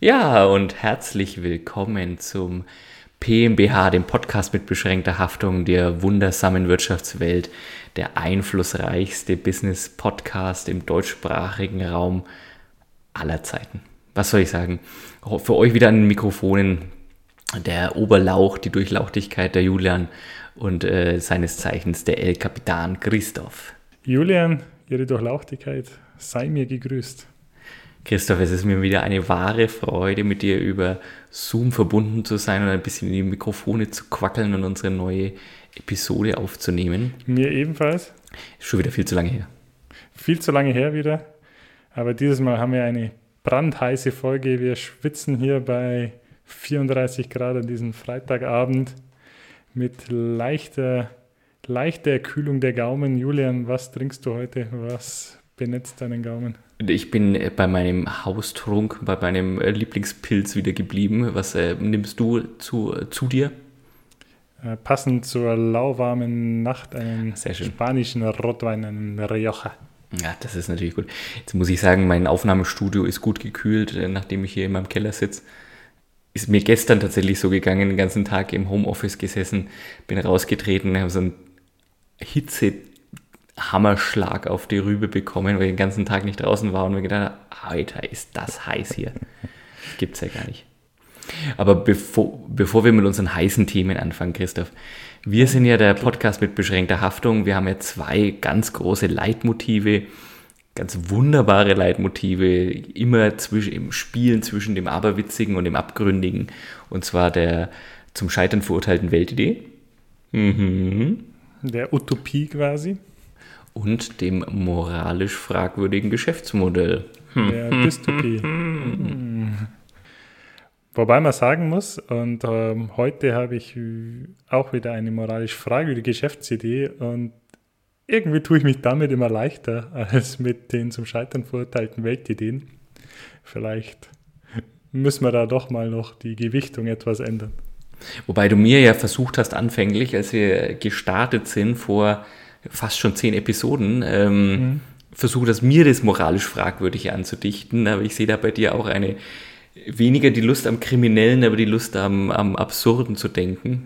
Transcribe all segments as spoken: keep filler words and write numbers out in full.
Ja, und herzlich willkommen zum P M B H, dem Podcast mit beschränkter Haftung der wundersamen Wirtschaftswelt, der einflussreichste Business-Podcast im deutschsprachigen Raum aller Zeiten. Was soll ich sagen? Für euch wieder an den Mikrofonen der Oberlauch, die Durchlauchtigkeit der Julian und äh, seines Zeichens der El Capitan Christoph. Julian, Ihre Durchlauchtigkeit, sei mir gegrüßt. Christoph, es ist mir wieder eine wahre Freude, mit dir über Zoom verbunden zu sein und ein bisschen in die Mikrofone zu quackeln und unsere neue Episode aufzunehmen. Mir ebenfalls. Ist schon wieder viel zu lange her. Viel zu lange her wieder. Aber dieses Mal haben wir eine brandheiße Folge. Wir schwitzen hier bei vierunddreißig Grad an diesem Freitagabend mit leichter, leichter Erkühlung der Gaumen. Julian, was trinkst du heute? Was benetzt deinen Gaumen? Ich bin bei meinem Haustrunk, bei meinem Lieblingspilz wieder geblieben. Was äh, nimmst du zu, zu dir? Äh, passend zur lauwarmen Nacht einen spanischen Rotwein, einen Rioja. Ja, das ist natürlich gut. Jetzt muss ich sagen, mein Aufnahmestudio ist gut gekühlt, nachdem ich hier in meinem Keller sitze. Ist mir gestern tatsächlich so gegangen, den ganzen Tag im Homeoffice gesessen, bin rausgetreten, habe so einen Hitze-Hammerschlag auf die Rübe bekommen, weil ich den ganzen Tag nicht draußen war und mir gedacht habe, Alter, ist das heiß hier. Das gibt's ja gar nicht. Aber bevor, bevor wir mit unseren heißen Themen anfangen, Christoph, wir sind ja der Podcast mit beschränkter Haftung. Wir haben ja zwei ganz große Leitmotive, ganz wunderbare Leitmotive, immer zwischen, im Spielen zwischen dem Aberwitzigen und dem Abgründigen. Und zwar der zum Scheitern verurteilten Weltidee. Mhm. Der Utopie quasi. Und dem moralisch fragwürdigen Geschäftsmodell. Der Dystopie. Mhm. Wobei man sagen muss, und ähm, heute habe ich auch wieder eine moralisch fragwürdige Geschäftsidee und irgendwie tue ich mich damit immer leichter als mit den zum Scheitern verurteilten Weltideen. Vielleicht müssen wir da doch mal noch die Gewichtung etwas ändern. Wobei du mir ja versucht hast anfänglich, als wir gestartet sind vor fast schon zehn Episoden, ähm, mhm. versucht hast, mir das moralisch Fragwürdige anzudichten, aber ich sehe da bei dir auch eine weniger die Lust am Kriminellen, aber die Lust am, am Absurden zu denken.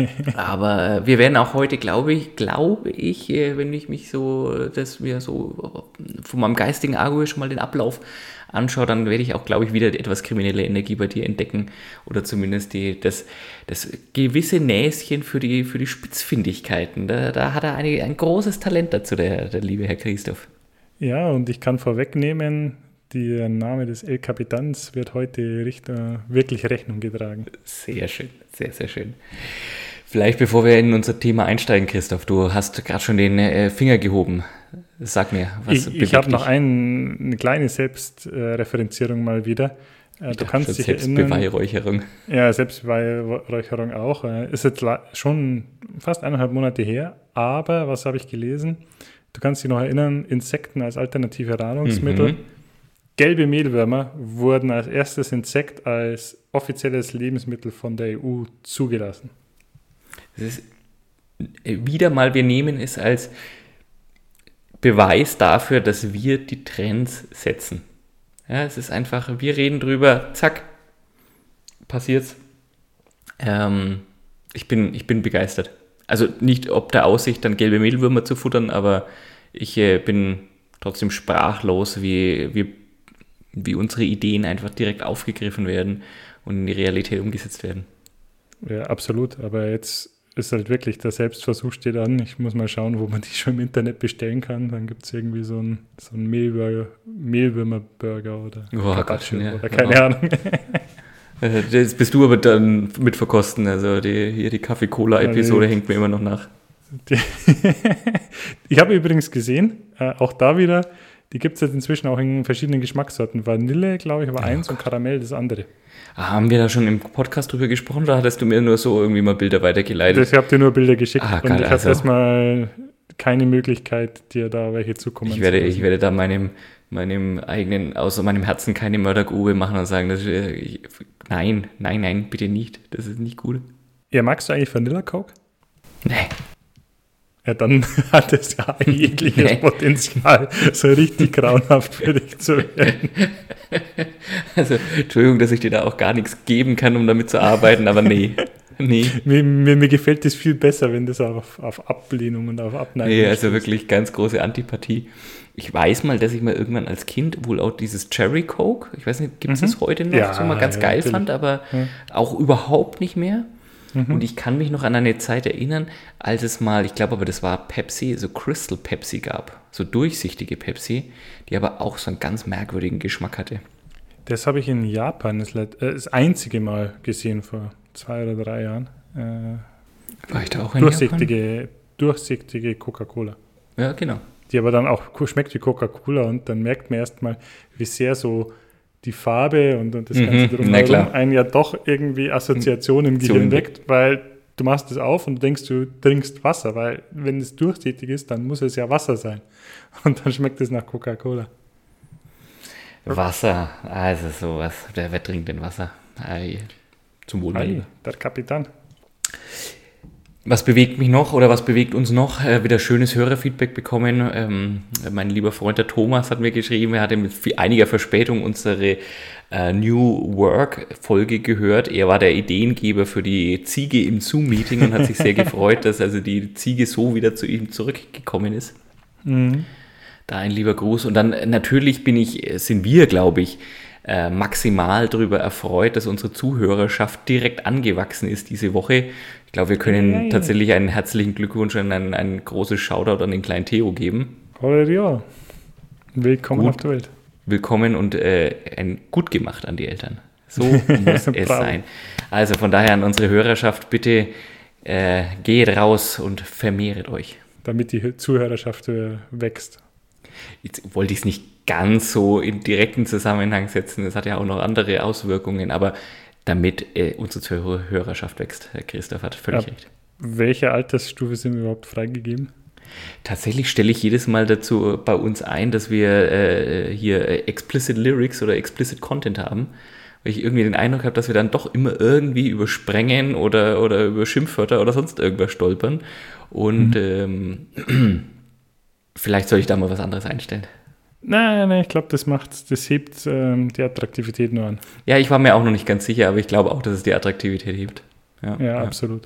Aber äh, wir werden auch heute, glaube ich, glaube ich, äh, wenn ich mich so, dass mir so von meinem geistigen Auge schon mal den Ablauf anschaue, dann werde ich auch, glaube ich, wieder etwas kriminelle Energie bei dir entdecken oder zumindest die, das, das gewisse Näschen für die, für die Spitzfindigkeiten. Da, da hat er eine, ein großes Talent dazu, der, der liebe Herr Christoph. Ja, und ich kann vorwegnehmen, der Name des El Capitans wird heute Richter wirklich Rechnung getragen. Sehr schön, sehr, sehr schön. Vielleicht bevor wir in unser Thema einsteigen, Christoph, du hast gerade schon den äh, Finger gehoben. Sag mir, was Ich, ich habe noch ein, eine kleine Selbstreferenzierung mal wieder. Äh, du kannst dich Selbstbeweihräucherung. Ja, Selbstbeweihräucherung auch. Äh, ist jetzt schon fast eineinhalb Monate her, aber was habe ich gelesen? Du kannst dich noch erinnern, Insekten als alternative Nahrungsmittel. Mhm. Gelbe Mehlwürmer wurden als erstes Insekt als offizielles Lebensmittel von der E U zugelassen. Das ist wieder mal, wir nehmen es als Beweis dafür, dass wir die Trends setzen. Ja, es ist einfach, wir reden drüber, zack, passiert's. Ähm, ich bin, ich bin begeistert. Also nicht ob der Aussicht, dann gelbe Mehlwürmer zu futtern, aber ich äh, bin trotzdem sprachlos, wie wir wie unsere Ideen einfach direkt aufgegriffen werden und in die Realität umgesetzt werden. Ja, absolut. Aber jetzt ist halt wirklich, der Selbstversuch steht an. Ich muss mal schauen, wo man die schon im Internet bestellen kann. Dann gibt es irgendwie so einen so ein Mehlburger, Mehlwürmer-Burger oder oh, Carpaccio ja. oder keine oh. Ahnung. Jetzt bist du aber dann mit verkosten. Also die, hier die Kaffee-Cola-Episode ja, hängt mir immer noch nach. Die ich habe übrigens gesehen, äh, auch da wieder, die gibt es jetzt inzwischen auch in verschiedenen Geschmackssorten. Vanille, glaube ich, war eins oh und Karamell das andere. Ah, haben wir da schon im Podcast drüber gesprochen oder hattest du mir nur so irgendwie mal Bilder weitergeleitet? Ich habe dir nur Bilder geschickt ah, und Gott, ich habe also. erstmal keine Möglichkeit, dir da welche zukommen ich werde, zu lassen. Ich werde da meinem, meinem eigenen, außer meinem Herzen keine Mördergrube machen und sagen, das ist, ich, nein, nein, nein, bitte nicht. Das ist nicht gut. Ja, magst du eigentlich Vanilla Coke? Nee. Ja, dann hat es ja jegliches Potenzial, so richtig grauenhaft für dich zu werden. Also, Entschuldigung, dass ich dir da auch gar nichts geben kann, um damit zu arbeiten, aber nee. nee. Mir, mir, mir gefällt das viel besser, wenn das auf, auf Ablehnung und auf Abneigung Nee, also stößt. wirklich ganz große Antipathie. Ich weiß mal, dass ich mal irgendwann als Kind wohl auch dieses Cherry Coke, ich weiß nicht, gibt es Mhm. das heute noch, Ja, so mal ganz ja, geil natürlich. fand, aber Ja. auch überhaupt nicht mehr. Mhm. Und ich kann mich noch an eine Zeit erinnern, als es mal, ich glaube aber das war Pepsi, so Crystal Pepsi gab, so durchsichtige Pepsi, die aber auch so einen ganz merkwürdigen Geschmack hatte. Das habe ich in Japan das, Let- äh, das einzige Mal gesehen, vor zwei oder drei Jahren. Äh, War ich da auch in Japan? durchsichtige, durchsichtige Coca-Cola. Ja, genau. Die aber dann auch schmeckt wie Coca-Cola und dann merkt man erstmal, wie sehr so die Farbe und, und das Mhm, Ganze na drumherum klar. einen ja doch irgendwie Assoziationen im So Gehirn im- weckt, weil du machst es auf und denkst, du trinkst Wasser, weil wenn es durchsichtig ist, dann muss es ja Wasser sein. Und dann schmeckt es nach Coca-Cola. Wasser, also sowas. Wer, wer trinkt denn Wasser? Ei, zum Wohl, mein Ei, Lieber. der Kapitän. Was bewegt mich noch oder was bewegt uns noch? Äh, wieder schönes Hörerfeedback bekommen. Ähm, mein lieber Freund der Thomas hat mir geschrieben, er hatte mit viel- einiger Verspätung unsere äh, New Work-Folge gehört. Er war der Ideengeber für die Ziege im Zoom-Meeting und hat sich sehr gefreut, dass also die Ziege so wieder zu ihm zurückgekommen ist. Mhm. Da ein lieber Gruß. Und dann äh, natürlich bin ich, äh, sind wir, glaube ich, äh, maximal darüber erfreut, dass unsere Zuhörerschaft direkt angewachsen ist diese Woche. Ich glaube, wir können Yay. tatsächlich einen herzlichen Glückwunsch und ein, ein großes Shoutout an den kleinen Theo geben. Halleluja. Willkommen Gut. auf der Welt. Willkommen und äh, ein gut gemacht an die Eltern. So muss es Bravo. sein. Also von daher an unsere Hörerschaft, bitte äh, geht raus und vermehret euch. Damit die Zuhörerschaft äh, wächst. Jetzt wollte ich es nicht ganz so in direkten Zusammenhang setzen, das hat ja auch noch andere Auswirkungen, aber damit äh, unsere Zuhörerschaft wächst, Herr Christoph hat völlig Ja. recht. Welche Altersstufe sind überhaupt freigegeben? Tatsächlich stelle ich jedes Mal dazu bei uns ein, dass wir äh, hier äh, explicit Lyrics oder explicit Content haben, weil ich irgendwie den Eindruck habe, dass wir dann doch immer irgendwie über Sprengen oder, oder über Schimpfwörter oder sonst irgendwas stolpern und ähm, vielleicht soll ich da mal was anderes einstellen. Nein, nein, ich glaube, das macht, das hebt ähm, die Attraktivität nur an. Ja, ich war mir auch noch nicht ganz sicher, aber ich glaube auch, dass es die Attraktivität hebt. Ja, Ja, ja. absolut.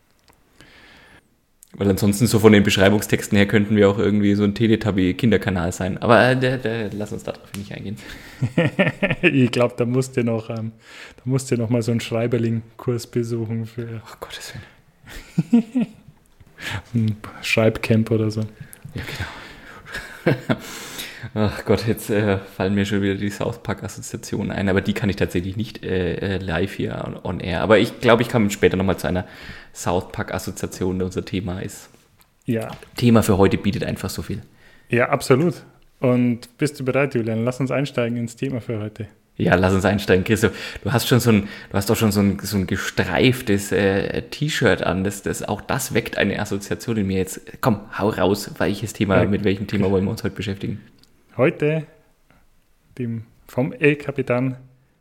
Weil ansonsten so von den Beschreibungstexten her könnten wir auch irgendwie so ein Teletubby-Kinderkanal sein. Aber äh, der, der, lass uns darauf nicht eingehen. Ich glaube, da musst du noch, ähm, da musst du noch mal so einen Schreiberling-Kurs besuchen für Ach Gottes Willen. ein Schreibcamp oder so. Ja, genau. Ach Gott, jetzt äh, fallen mir schon wieder die South Park-Assoziationen ein, aber die kann ich tatsächlich nicht äh, live hier on, on air. Aber ich glaube, ich komme später nochmal zu einer South Park-Assoziation, der unser Thema ist. Ja, Thema für heute bietet einfach so viel. ja, absolut. Und bist du bereit, Julian? Lass uns einsteigen ins Thema für heute. Ja, lass uns einsteigen, Christoph. Du hast schon so ein, du hast doch schon so ein, so ein gestreiftes äh, T-Shirt an. Das, das, auch das weckt eine Assoziation in mir. Jetzt, komm, hau raus. Welches Thema, Ja. mit welchem Thema wollen wir uns heute beschäftigen? Heute, dem vom El Capitan,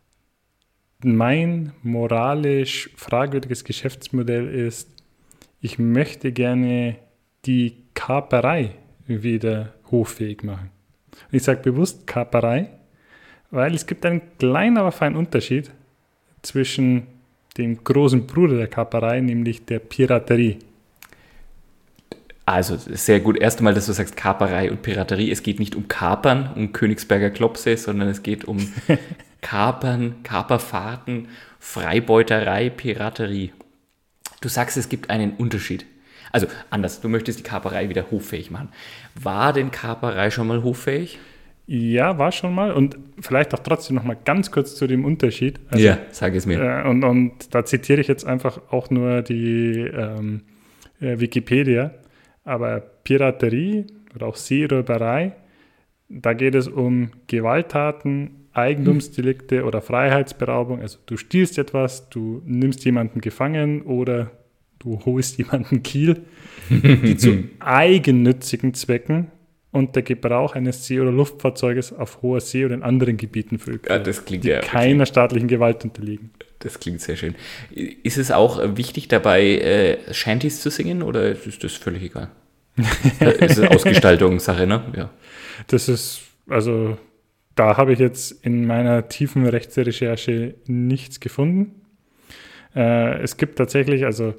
mein moralisch fragwürdiges Geschäftsmodell ist, ich möchte gerne die Kaperei wieder hoffähig machen. Und ich sage bewusst Kaperei, weil es gibt einen kleinen, aber feinen Unterschied zwischen dem großen Bruder der Kaperei, nämlich der Piraterie. Also, sehr gut. Erst einmal, dass du sagst Kaperei und Piraterie. Es geht nicht um Kapern, um Königsberger Klopse, sondern es geht um Kapern, Kaperfahrten, Freibeuterei, Piraterie. Du sagst, es gibt einen Unterschied. Also, anders, du möchtest die Kaperei wieder hoffähig machen. War denn Kaperei schon mal hoffähig? Ja, war schon mal. Und vielleicht auch trotzdem noch mal ganz kurz zu dem Unterschied. Also, ja, sag es mir. Äh, und, und da zitiere ich jetzt einfach auch nur die ähm, äh, Wikipedia. Aber Piraterie oder auch Seeräuberei, da geht es um Gewalttaten, Eigentumsdelikte oder Freiheitsberaubung. Also du stiehlst etwas, du nimmst jemanden gefangen oder du holst jemanden Kiel, die zu eigennützigen Zwecken und der Gebrauch eines See- oder Luftfahrzeuges auf hoher See oder in anderen Gebieten verübt Ja, wird, das klingt die ja keiner staatlichen Gewalt unterliegen. Das klingt sehr schön. Ist es auch wichtig dabei, äh, Shanties zu singen oder ist das völlig egal? Das ist Ausgestaltungssache, ne? Ja. Das ist, also da habe ich jetzt in meiner tiefen Rechtsrecherche nichts gefunden. Äh, es gibt tatsächlich, also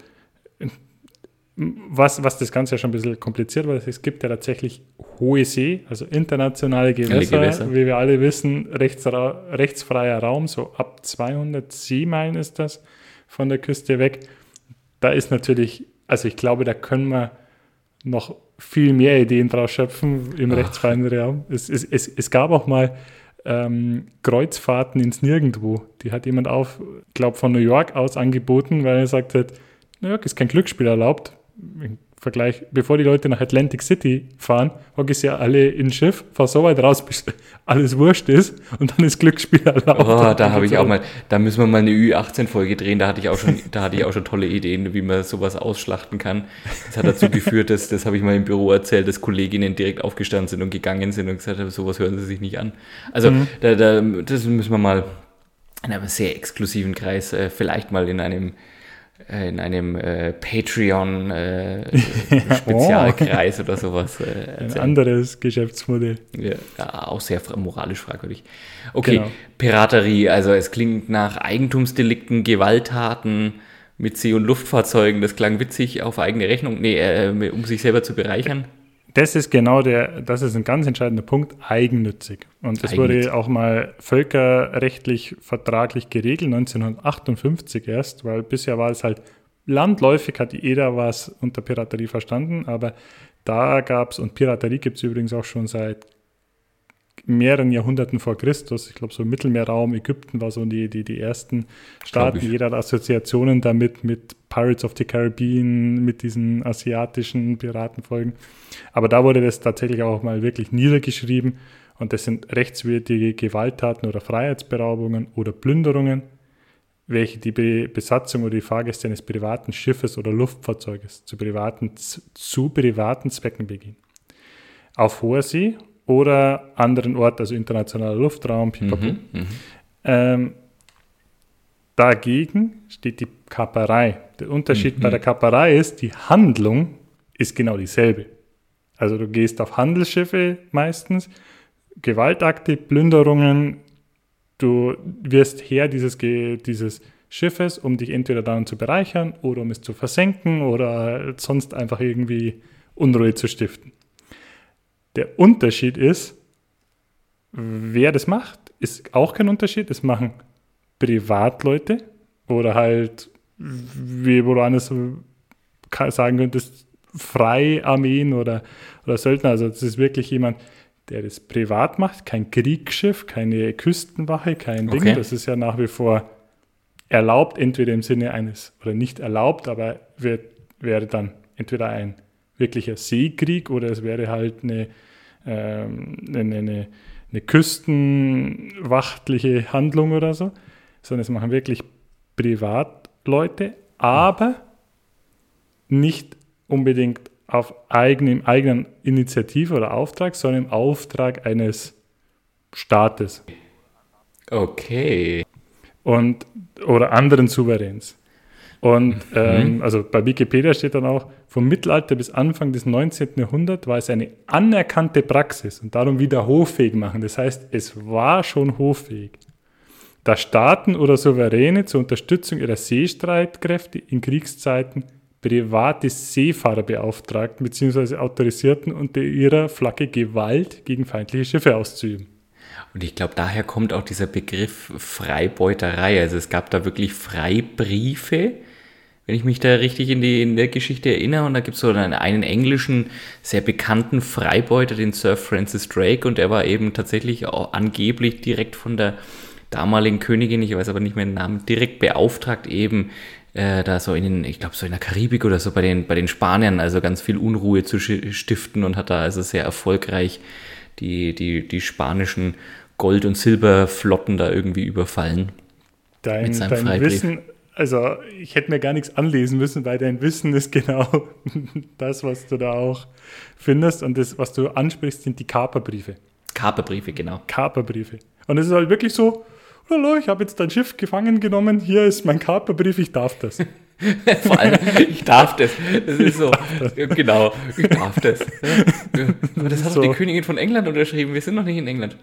was, was das Ganze ja schon ein bisschen kompliziert war, es gibt ja tatsächlich hohe See, also internationale Gewässer, Gewässer. wie wir alle wissen, rechtsra- rechtsfreier Raum, so ab zweihundert Seemeilen ist das von der Küste weg. Da ist natürlich, also ich glaube, da können wir noch viel mehr Ideen draus schöpfen im Ach. rechtsfreien Raum. Es, es, es, es gab auch mal ähm, Kreuzfahrten ins Nirgendwo. Die hat jemand auf, ich glaube, von New York aus angeboten, weil er sagt hat, New York ist kein Glücksspiel erlaubt. Im Vergleich, bevor die Leute nach Atlantic City fahren, hocke ich ja alle ins Schiff, fahr so weit raus, bis alles wurscht ist und dann ist Glücksspiel erlaubt. Oh, da habe ich auch mal, da müssen wir mal eine Ü achtzehn Folge drehen, da hatte ich auch schon, da hatte ich auch schon tolle Ideen, wie man sowas ausschlachten kann. Das hat dazu geführt, dass, das habe ich mal im Büro erzählt, dass Kolleginnen direkt aufgestanden sind und gegangen sind und gesagt haben, sowas hören sie sich nicht an. Also, mhm. da, da, das müssen wir mal in einem sehr exklusiven Kreis, äh, vielleicht mal in einem in einem äh, Patreon-Spezialkreis äh, oh. oder sowas. Äh, Ein anderes Geschäftsmodell. Ja, auch sehr moralisch fragwürdig. Okay, genau. Piraterie, also es klingt nach Eigentumsdelikten, Gewalttaten mit See- und Luftfahrzeugen, das klang witzig auf eigene Rechnung, nee, äh, um sich selber zu bereichern. Das ist genau der, das ist ein ganz entscheidender Punkt, eigennützig. Und das eigennützig. Wurde auch mal völkerrechtlich, vertraglich geregelt, neunzehnhundertachtundfünfzig erst, weil bisher war es halt landläufig, hat jeder was unter Piraterie verstanden, aber da gab es, und Piraterie gibt es übrigens auch schon seit mehreren Jahrhunderten vor Christus, ich glaube so im Mittelmeerraum, Ägypten war so die, die, die ersten Staaten, jeder hat Assoziationen damit, mit Pirates of the Caribbean, mit diesen asiatischen Piratenfolgen. Aber da wurde das tatsächlich auch mal wirklich niedergeschrieben und das sind rechtswidrige Gewalttaten oder Freiheitsberaubungen oder Plünderungen, welche die Be- Besatzung oder die Fahrgäste eines privaten Schiffes oder Luftfahrzeuges zu privaten, zu privaten Zwecken begehen. Auf hoher See oder anderen Ort, also internationaler Luftraum, pipapo. Mhm, ähm, dagegen steht die Kaperei. Der Unterschied mhm. bei der Kaperei ist, die Handlung ist genau dieselbe. Also du gehst auf Handelsschiffe meistens, Gewaltakte, Plünderungen, du wirst Herr dieses, dieses Schiffes, um dich entweder daran zu bereichern oder um es zu versenken oder sonst einfach irgendwie Unruhe zu stiften. Der Unterschied ist, wer das macht, ist auch kein Unterschied. Das machen Privatleute oder halt, wie wo du anders sagen könntest, Freiarmeen oder, oder Söldner. Also das ist wirklich jemand, der das privat macht, kein Kriegsschiff, keine Küstenwache, kein Ding. Okay. Das ist ja nach wie vor erlaubt, entweder im Sinne eines, oder nicht erlaubt, aber wird, wäre dann entweder ein wirklicher Seekrieg oder es wäre halt eine, ähm, eine, eine, eine küstenwachtliche Handlung oder so, sondern es machen wirklich Privatleute, aber nicht unbedingt auf eigene, eigenen Initiative oder Auftrag, sondern im Auftrag eines Staates. Okay. Und, oder anderen Souveräns. Und ähm, mhm. also bei Wikipedia steht dann auch, vom Mittelalter bis Anfang des neunzehnten Jahrhunderts war es eine anerkannte Praxis und darum wieder hoffähig machen. Das heißt, es war schon hoffähig, dass Staaten oder Souveräne zur Unterstützung ihrer Seestreitkräfte in Kriegszeiten private Seefahrer beauftragten bzw. autorisierten, unter ihrer Flagge Gewalt gegen feindliche Schiffe auszuüben. Und ich glaube, daher kommt auch dieser Begriff Freibeuterei. Also es gab da wirklich Freibriefe, wenn ich mich da richtig in die in der Geschichte erinnere. Und da gibt es so einen, einen englischen, sehr bekannten Freibeuter, den Sir Francis Drake. Und der war eben tatsächlich auch angeblich direkt von der damaligen Königin, ich weiß aber nicht mehr den Namen, direkt beauftragt eben, äh, da so in den, ich glaube so in der Karibik oder so bei den, bei den Spaniern, also ganz viel Unruhe zu stiften und hat da also sehr erfolgreich die, die, die spanischen Gold- und Silberflotten da irgendwie überfallen. Dein, mit seinem dein Wissen, also ich hätte mir gar nichts anlesen müssen, weil dein Wissen ist genau das, was du da auch findest. Und das, was du ansprichst, sind die Kaperbriefe. Kaperbriefe, genau. Kaperbriefe. Und es ist halt wirklich so, hallo, ich habe jetzt dein Schiff gefangen genommen, hier ist mein Kaperbrief, ich darf das. Vor allem, ich darf das. Das ist so, genau, ich darf das. Aber das hat so. Doch die Königin von England unterschrieben, wir sind noch nicht in England.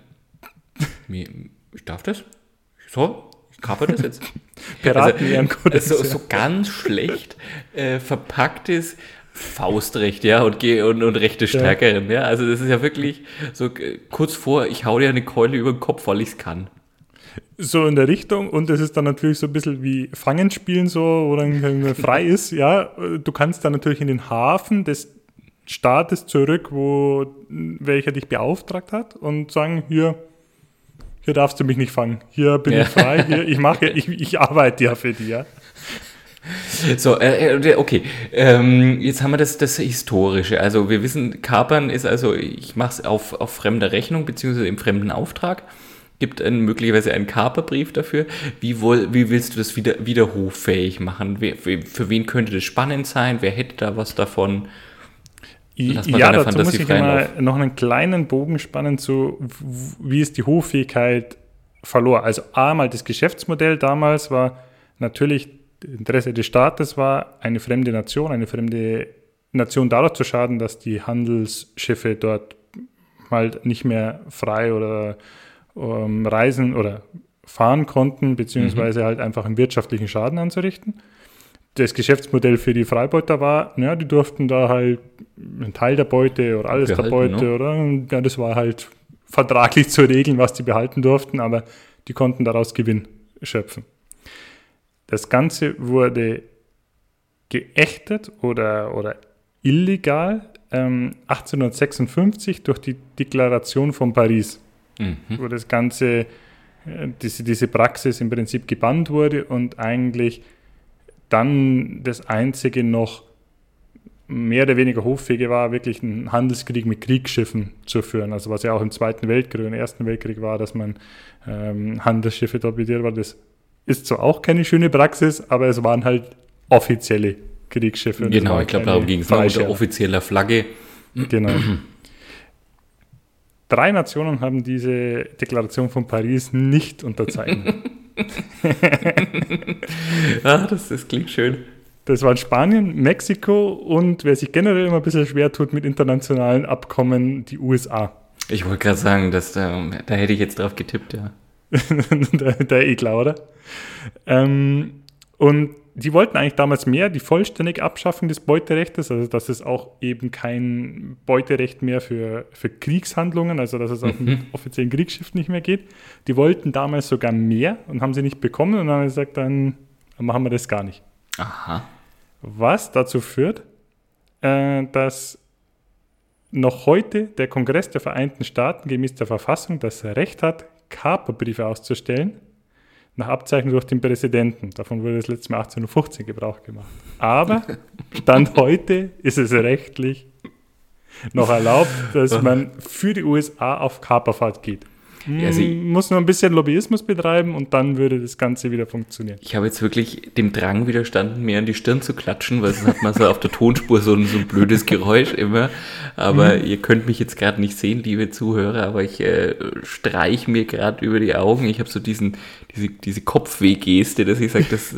Ich darf das? So, ich kaper das jetzt. Piraten-Ehrenkodex. Also, so, so ganz schlecht äh, verpacktes Faustrecht, ja, und, und, und Rechte Stärkeren, ja. ja. Also das ist ja wirklich so äh, kurz vor, ich hau dir eine Keule über den Kopf, weil ich es kann. So in der Richtung, und es ist dann natürlich so ein bisschen wie Fangenspielen, so, wo dann frei ist, ja. Du kannst dann natürlich in den Hafen des Staates zurück, wo welcher dich beauftragt hat, und sagen, hier, hier darfst du mich nicht fangen, hier bin ja. ich frei, hier, ich mache, ich, ich arbeite ja für dich, ja. So, äh, okay, ähm, jetzt haben wir das, das Historische, also wir wissen, Kapern ist also, ich mache es auf, auf fremder Rechnung, beziehungsweise im fremden Auftrag, gibt ein, möglicherweise einen Kaperbrief dafür. Wie, wohl, wie willst du das wieder widerruffähig machen? Wer, für wen könnte das spannend sein? Wer hätte da was davon? Lass mal ja, dazu Fantasie muss ich mal noch einen kleinen Bogen spannen zu, wie ist die Hoffähigkeit verlor. Also einmal das Geschäftsmodell damals war natürlich, Interesse des Staates war, eine fremde Nation, eine fremde Nation dadurch zu schaden, dass die Handelsschiffe dort halt nicht mehr frei oder um, reisen oder fahren konnten, beziehungsweise mhm. halt einfach einen wirtschaftlichen Schaden anzurichten. Das Geschäftsmodell für die Freibeuter war, ja, die durften da halt einen Teil der Beute oder alles behalten, der Beute, no? oder? Ja, das war halt vertraglich zu regeln, was die behalten durften, aber die konnten daraus Gewinn schöpfen. Das Ganze wurde geächtet oder, oder illegal ähm, achtzehnhundertsechsundfünfzig durch die Deklaration von Paris, mhm. wo das Ganze, äh, diese, diese Praxis im Prinzip gebannt wurde und eigentlich dann das einzige noch mehr oder weniger hoffähige war, wirklich einen Handelskrieg mit Kriegsschiffen zu führen. Also was ja auch im Zweiten Weltkrieg und im Ersten Weltkrieg war, dass man ähm, Handelsschiffe torpediert war. Das ist zwar auch keine schöne Praxis, aber es waren halt offizielle Kriegsschiffe. Genau, ich glaube, darum ging es noch unter offizieller Flagge. Genau. Drei Nationen haben diese Deklaration von Paris nicht unterzeichnet. ah, das, das klingt schön. Das waren Spanien, Mexiko und wer sich generell immer ein bisschen schwer tut mit internationalen Abkommen, die U S A. Ich wollte gerade sagen, dass da, da hätte ich jetzt drauf getippt, ja. der, der Ekler, oder? Ähm, und die wollten eigentlich damals mehr, die vollständige Abschaffung des Beuterechtes, also dass es auch eben kein Beuterecht mehr für, für Kriegshandlungen, also dass es auf mhm. dem offiziellen Kriegsschiff nicht mehr geht. Die wollten damals sogar mehr und haben sie nicht bekommen und haben gesagt, dann machen wir das gar nicht. Aha. Was dazu führt, äh, dass noch heute der Kongress der Vereinten Staaten gemäß der Verfassung das Recht hat, Kaperbriefe auszustellen, nach Abzeichnung durch den Präsidenten. Davon wurde das letzte Mal achtzehnhundertfünfzehn Gebrauch gemacht. Aber Stand heute ist es rechtlich noch erlaubt, dass man für die U S A auf Kaperfahrt geht. Ja, also ich, muss nur ein bisschen Lobbyismus betreiben und dann würde das Ganze wieder funktionieren. Ich habe jetzt wirklich dem Drang widerstanden, mir an die Stirn zu klatschen, weil sonst hat man so auf der Tonspur so ein, so ein blödes Geräusch immer. Aber mhm. ihr könnt mich jetzt gerade nicht sehen, liebe Zuhörer, aber ich äh, streich mir gerade über die Augen. Ich habe so diesen, diese, diese Kopfweh-Geste, dass ich sage, das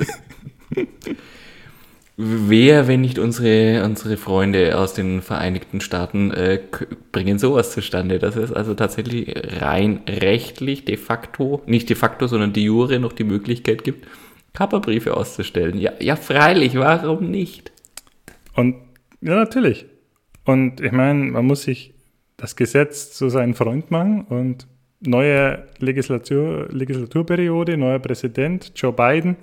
wer, wenn nicht unsere, unsere Freunde aus den Vereinigten Staaten, äh, k- bringen sowas zustande. Das ist also tatsächlich rein rechtlich de facto, nicht de facto, sondern de jure noch die Möglichkeit gibt, Kaperbriefe auszustellen. Ja, ja, freilich, warum nicht? Und ja, natürlich. Und ich meine, man muss sich das Gesetz zu seinem Freund machen und neue Legislatur, Legislaturperiode, neuer Präsident, Joe Biden,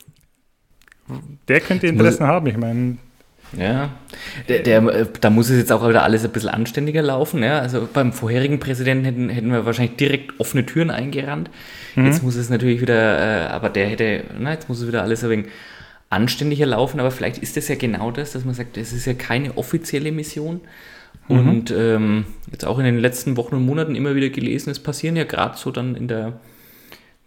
der könnte Interessen haben, ich meine. Ja, der, der, da muss es jetzt auch wieder alles ein bisschen anständiger laufen. Ja? Also beim vorherigen Präsidenten hätten, hätten wir wahrscheinlich direkt offene Türen eingerannt. Mhm. Jetzt muss es natürlich wieder, äh, aber der hätte, na, jetzt muss es wieder alles ein wenig anständiger laufen. Aber vielleicht ist das ja genau das, dass man sagt, es ist ja keine offizielle Mission. Mhm. Und ähm, jetzt auch in den letzten Wochen und Monaten immer wieder gelesen, es passieren ja gerade so dann in der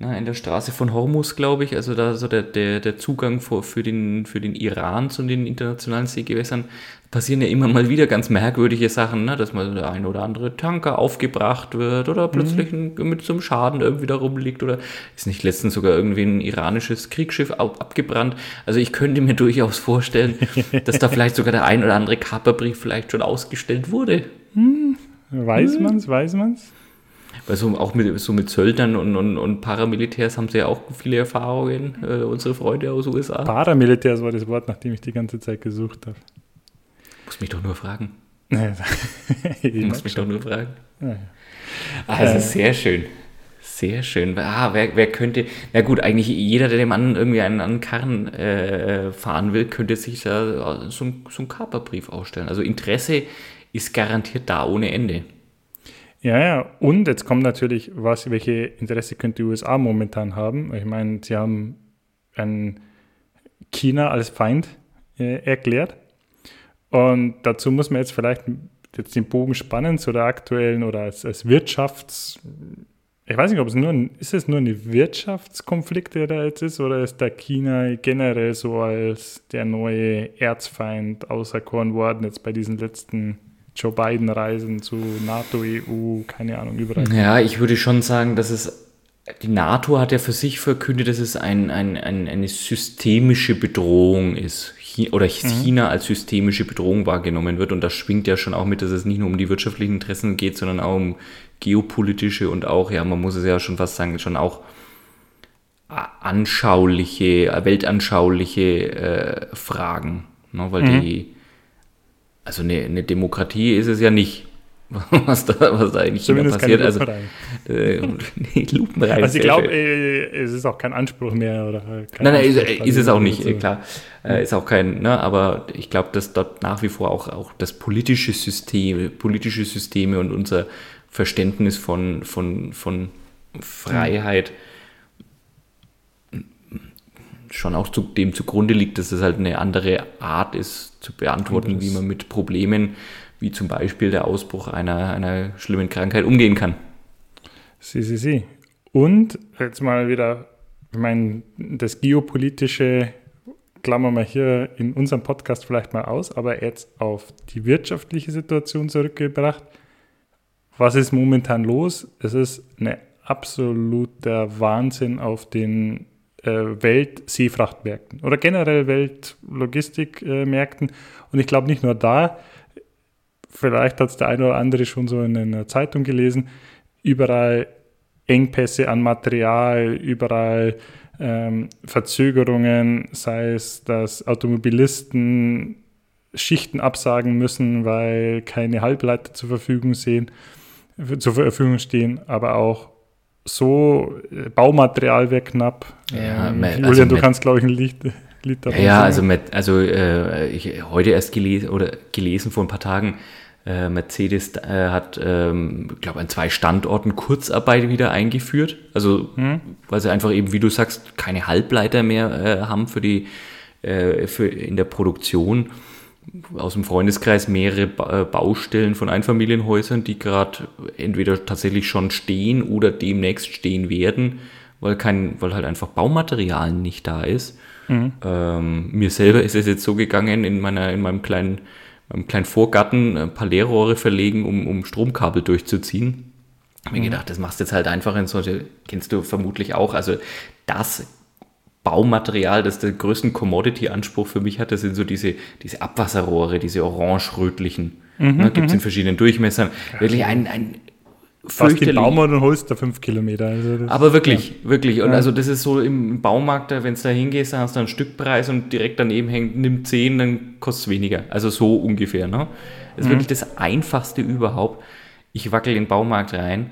na, in der Straße von Hormuz, glaube ich, also da so der, der, der Zugang für, für, den, für den Iran zu den internationalen Seegewässern, passieren ja immer mal wieder ganz merkwürdige Sachen, ne? Dass mal der ein oder andere Tanker aufgebracht wird oder plötzlich mhm. ein, mit so einem Schaden irgendwie da rumliegt oder ist nicht letztens sogar irgendwie ein iranisches Kriegsschiff ab, abgebrannt. Also ich könnte mir durchaus vorstellen, dass da vielleicht sogar der ein oder andere Kaperbrief vielleicht schon ausgestellt wurde. Hm. Weiß hm. man's, weiß man's? Weil so auch mit, so mit Söldnern und, und, und Paramilitärs haben sie ja auch viele Erfahrungen, äh, unsere Freunde aus den U S A. Paramilitärs war das Wort, nach dem ich die ganze Zeit gesucht habe. Muss mich doch nur fragen. muss mich doch nur fragen. Ja. Also äh. sehr schön. Sehr schön. Ah, wer, wer könnte, na gut, eigentlich jeder, der dem anderen irgendwie einen, einen Karren äh, fahren will, könnte sich da so, so einen Kaperbrief ausstellen. Also Interesse ist garantiert da ohne Ende. Ja, ja, und jetzt kommt natürlich, was, welche Interesse könnte die U S A momentan haben? Ich meine, sie haben ein China als Feind äh, erklärt. Und dazu muss man jetzt vielleicht jetzt den Bogen spannen zu der aktuellen oder als, als Wirtschafts... Ich weiß nicht, ob es nur ein, ist es nur ein Wirtschaftskonflikt, der da jetzt ist, oder ist da China generell so als der neue Erzfeind auserkoren worden, jetzt bei diesen letzten Joe Biden-Reisen zu NATO, E U, keine Ahnung, überall? Ja, ich würde schon sagen, dass es, die NATO hat ja für sich verkündet, dass es ein, ein, ein, eine systemische Bedrohung ist. Oder China mhm. als systemische Bedrohung wahrgenommen wird. Und das schwingt ja schon auch mit, dass es nicht nur um die wirtschaftlichen Interessen geht, sondern auch um geopolitische und auch, ja, man muss es ja schon fast sagen, schon auch anschauliche, weltanschauliche äh, Fragen. Ne? Weil mhm. die, also eine, eine Demokratie ist es ja nicht, was da, was da in China passiert. Also, äh, nee, Lupenrein. Also ich glaube, äh, es ist auch kein Anspruch mehr. Oder kein nein, nein, ist, ist es auch nicht, so. Klar. Äh, ist auch kein, ne, aber ich glaube, dass dort nach wie vor auch, auch das politische System, politische Systeme und unser Verständnis von, von, von Freiheit mhm. schon auch zu, dem zugrunde liegt, dass es halt eine andere Art ist, zu beantworten, wie man mit Problemen wie zum Beispiel der Ausbruch einer, einer schlimmen Krankheit umgehen kann. Sie, sie, sie. Und jetzt mal wieder, ich meine, das Geopolitische klammern wir hier in unserem Podcast vielleicht mal aus, aber jetzt auf die wirtschaftliche Situation zurückgebracht. Was ist momentan los? Es ist ein absoluter Wahnsinn auf den äh, Weltseefrachtmärkten oder generell Weltlogistikmärkten. Und ich glaube nicht nur da, vielleicht hat es der eine oder andere schon so in einer Zeitung gelesen, überall Engpässe an Material, überall ähm, Verzögerungen, sei es, dass Automobilisten Schichten absagen müssen, weil keine Halbleiter zur Verfügung sehen, zur Verfügung stehen, aber auch so Baumaterial wäre knapp. Ja, ähm, also Julian, du kannst, glaube ich, ein Lied, Lied davon Ja, sagen. also, also äh, ich heute erst gelesen oder gelesen vor ein paar Tagen, äh, Mercedes äh, hat, ähm, glaube an zwei Standorten Kurzarbeit wieder eingeführt. Also, hm. weil sie einfach eben, wie du sagst, keine Halbleiter mehr äh, haben für die äh, für in der Produktion. Aus dem Freundeskreis mehrere ba- Baustellen von Einfamilienhäusern, die gerade entweder tatsächlich schon stehen oder demnächst stehen werden, weil kein, weil halt einfach Baumaterial nicht da ist. Mhm. Ähm, mir selber ist es jetzt so gegangen, in meiner, in meinem kleinen, meinem kleinen Vorgarten ein paar Leerrohre verlegen, um, um Stromkabel durchzuziehen. Ich habe mir gedacht, das machst du jetzt halt einfach in solche, kennst du vermutlich auch, also das Baumaterial, das den größten Commodity-Anspruch für mich hat, das sind so diese, diese Abwasserrohre, diese orange-rötlichen. Mhm, ne, gibt es in verschiedenen Durchmessern. Ja. Wirklich ein, ein fast den Baum und holst da fünf Kilometer. Also das, aber wirklich, ja. wirklich. Und ja. also das ist so im Baumarkt, wenn du da hingehst, dann hast du einen Stückpreis und direkt daneben hängt, nimm zehn, dann kostet es weniger. Also so ungefähr. Ne? Das ist mhm. wirklich das Einfachste überhaupt. Ich wackel in den Baumarkt rein.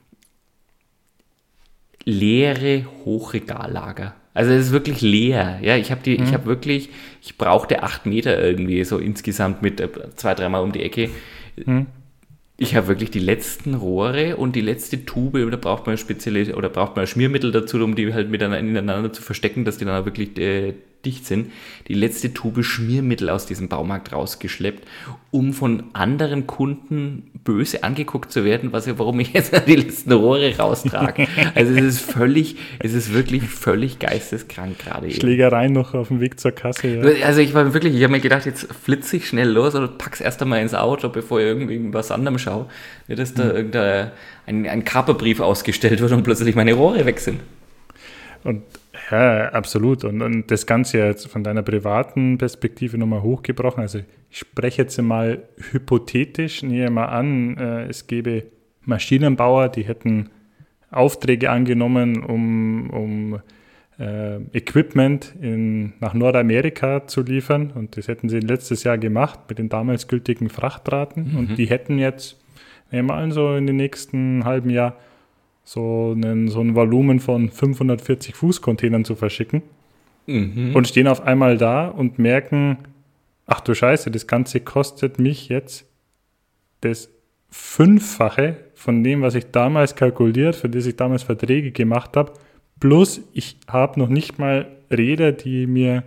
Leere Hochregallager. Also es ist wirklich leer. Ja, ich habe die, mhm. ich habe wirklich, ich brauchte acht Meter irgendwie so insgesamt mit äh, zwei, dreimal um die Ecke. Mhm. Ich habe wirklich die letzten Rohre und die letzte Tube, da braucht man spezielle oder braucht man Schmiermittel dazu, um die halt miteinander ineinander zu verstecken, dass die dann wirklich äh, dicht sind, die letzte Tube Schmiermittel aus diesem Baumarkt rausgeschleppt, um von anderen Kunden böse angeguckt zu werden, was ja, warum ich jetzt die letzten Rohre raustrage. Also es ist völlig, es ist wirklich völlig geisteskrank gerade eben. Schlägereien noch auf dem Weg zur Kasse. Ja. Also ich war wirklich, ich habe mir gedacht, jetzt flitze ich schnell los oder pack's erst einmal ins Auto, bevor ich irgendwie was anderem schaue, nicht, dass da mhm. irgendein ein, ein Kaperbrief ausgestellt wird und plötzlich meine Rohre weg sind. Und ja, absolut. Und, und das Ganze jetzt von deiner privaten Perspektive nochmal hochgebrochen. Also ich spreche jetzt mal hypothetisch, nehme mal an, äh, es gäbe Maschinenbauer, die hätten Aufträge angenommen, um, um äh, Equipment in, nach Nordamerika zu liefern. Und das hätten sie letztes Jahr gemacht mit den damals gültigen Frachtraten. Mhm. Und die hätten jetzt, nehmen wir an, so in den nächsten halben Jahr so, einen, so ein Volumen von fünfhundertvierzig Fußcontainern zu verschicken mhm. und stehen auf einmal da und merken, ach du Scheiße, das Ganze kostet mich jetzt das Fünffache von dem, was ich damals kalkuliert, für das ich damals Verträge gemacht habe, plus ich habe noch nicht mal Räder, die mir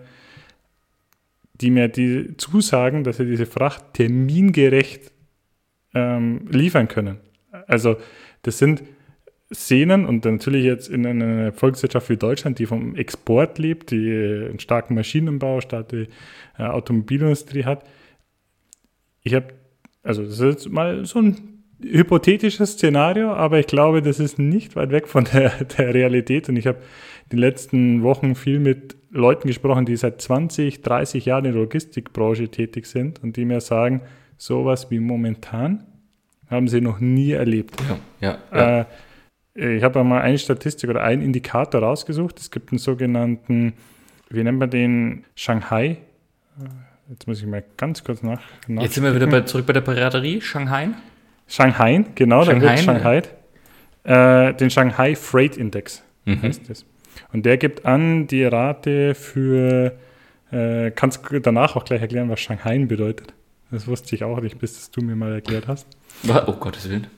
die mir die zusagen, dass sie diese Fracht termingerecht ähm, liefern können. Also das sind Szenen und natürlich jetzt in einer Volkswirtschaft wie Deutschland, die vom Export lebt, die einen starken Maschinenbau, starke äh, Automobilindustrie hat. Ich habe, also das ist jetzt mal so ein hypothetisches Szenario, aber ich glaube, das ist nicht weit weg von der, der Realität und ich habe in den letzten Wochen viel mit Leuten gesprochen, die seit zwanzig, dreißig Jahren in der Logistikbranche tätig sind und die mir sagen, sowas wie momentan haben sie noch nie erlebt. Ja, ja, ja. Äh, Ich habe einmal eine Statistik oder einen Indikator rausgesucht. Es gibt einen sogenannten, wie nennt man den, Shanghai. Jetzt muss ich mal ganz kurz nach. Jetzt sind wir wieder bei, zurück bei der Piraterie. Shanghai? Shanghai, genau, da wird Shanghai. Shanghai. Äh, den Shanghai Freight Index mhm. heißt das. Und der gibt an die Rate für, äh, kannst du danach auch gleich erklären, was Shanghai bedeutet? Das wusste ich auch nicht, bis du mir mal erklärt hast. Oh Gottes Willen.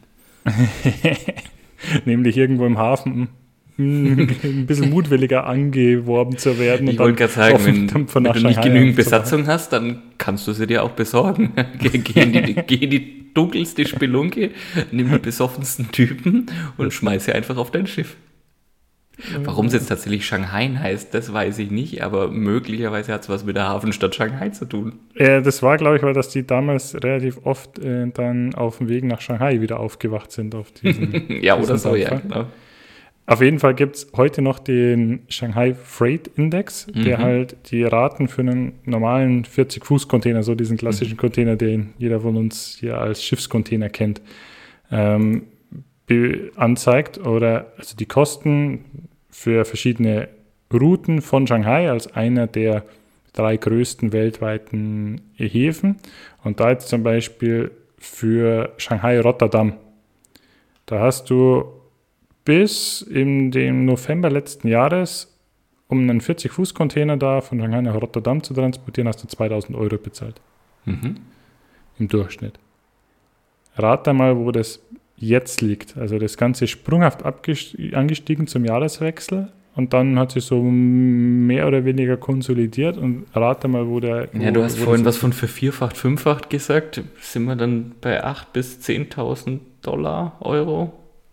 Nämlich irgendwo im Hafen ein bisschen mutwilliger angeworben zu werden. Ich wollte gerade sagen, wenn, wenn du nicht genügend Besatzung hast, dann kannst du sie dir auch besorgen. Geh in die, geh in die dunkelste Spelunke, nimm die besoffensten Typen und schmeiß sie einfach auf dein Schiff. Warum es jetzt tatsächlich Shanghai heißt, das weiß ich nicht, aber möglicherweise hat es was mit der Hafenstadt Shanghai zu tun. Äh, das war, glaube ich, weil dass die damals relativ oft äh, dann auf dem Weg nach Shanghai wieder aufgewacht sind. Auf diesen, ja, oder so, ja, genau. Auf jeden Fall gibt es heute noch den Shanghai Freight Index, mhm. der halt die Raten für einen normalen vierzig-Fuß-Container, so diesen klassischen mhm. Container, den jeder von uns hier als Schiffscontainer kennt, ähm, anzeigt. Oder also die Kosten für verschiedene Routen von Shanghai als einer der drei größten weltweiten Häfen. Und da jetzt zum Beispiel für Shanghai-Rotterdam. Da hast du bis in dem November letzten Jahres, um einen vierzig-Fuß-Container da von Shanghai nach Rotterdam zu transportieren, hast du zweitausend Euro bezahlt. Mhm. Im Durchschnitt. Rat einmal, wo das jetzt liegt. Also das Ganze sprunghaft angestiegen zum Jahreswechsel und dann hat sich so mehr oder weniger konsolidiert und rate mal, wo der... Ja, du hast wo vorhin was von vervierfacht, fünffacht gesagt. Sind wir dann bei achttausend bis zehntausend Dollar, Euro?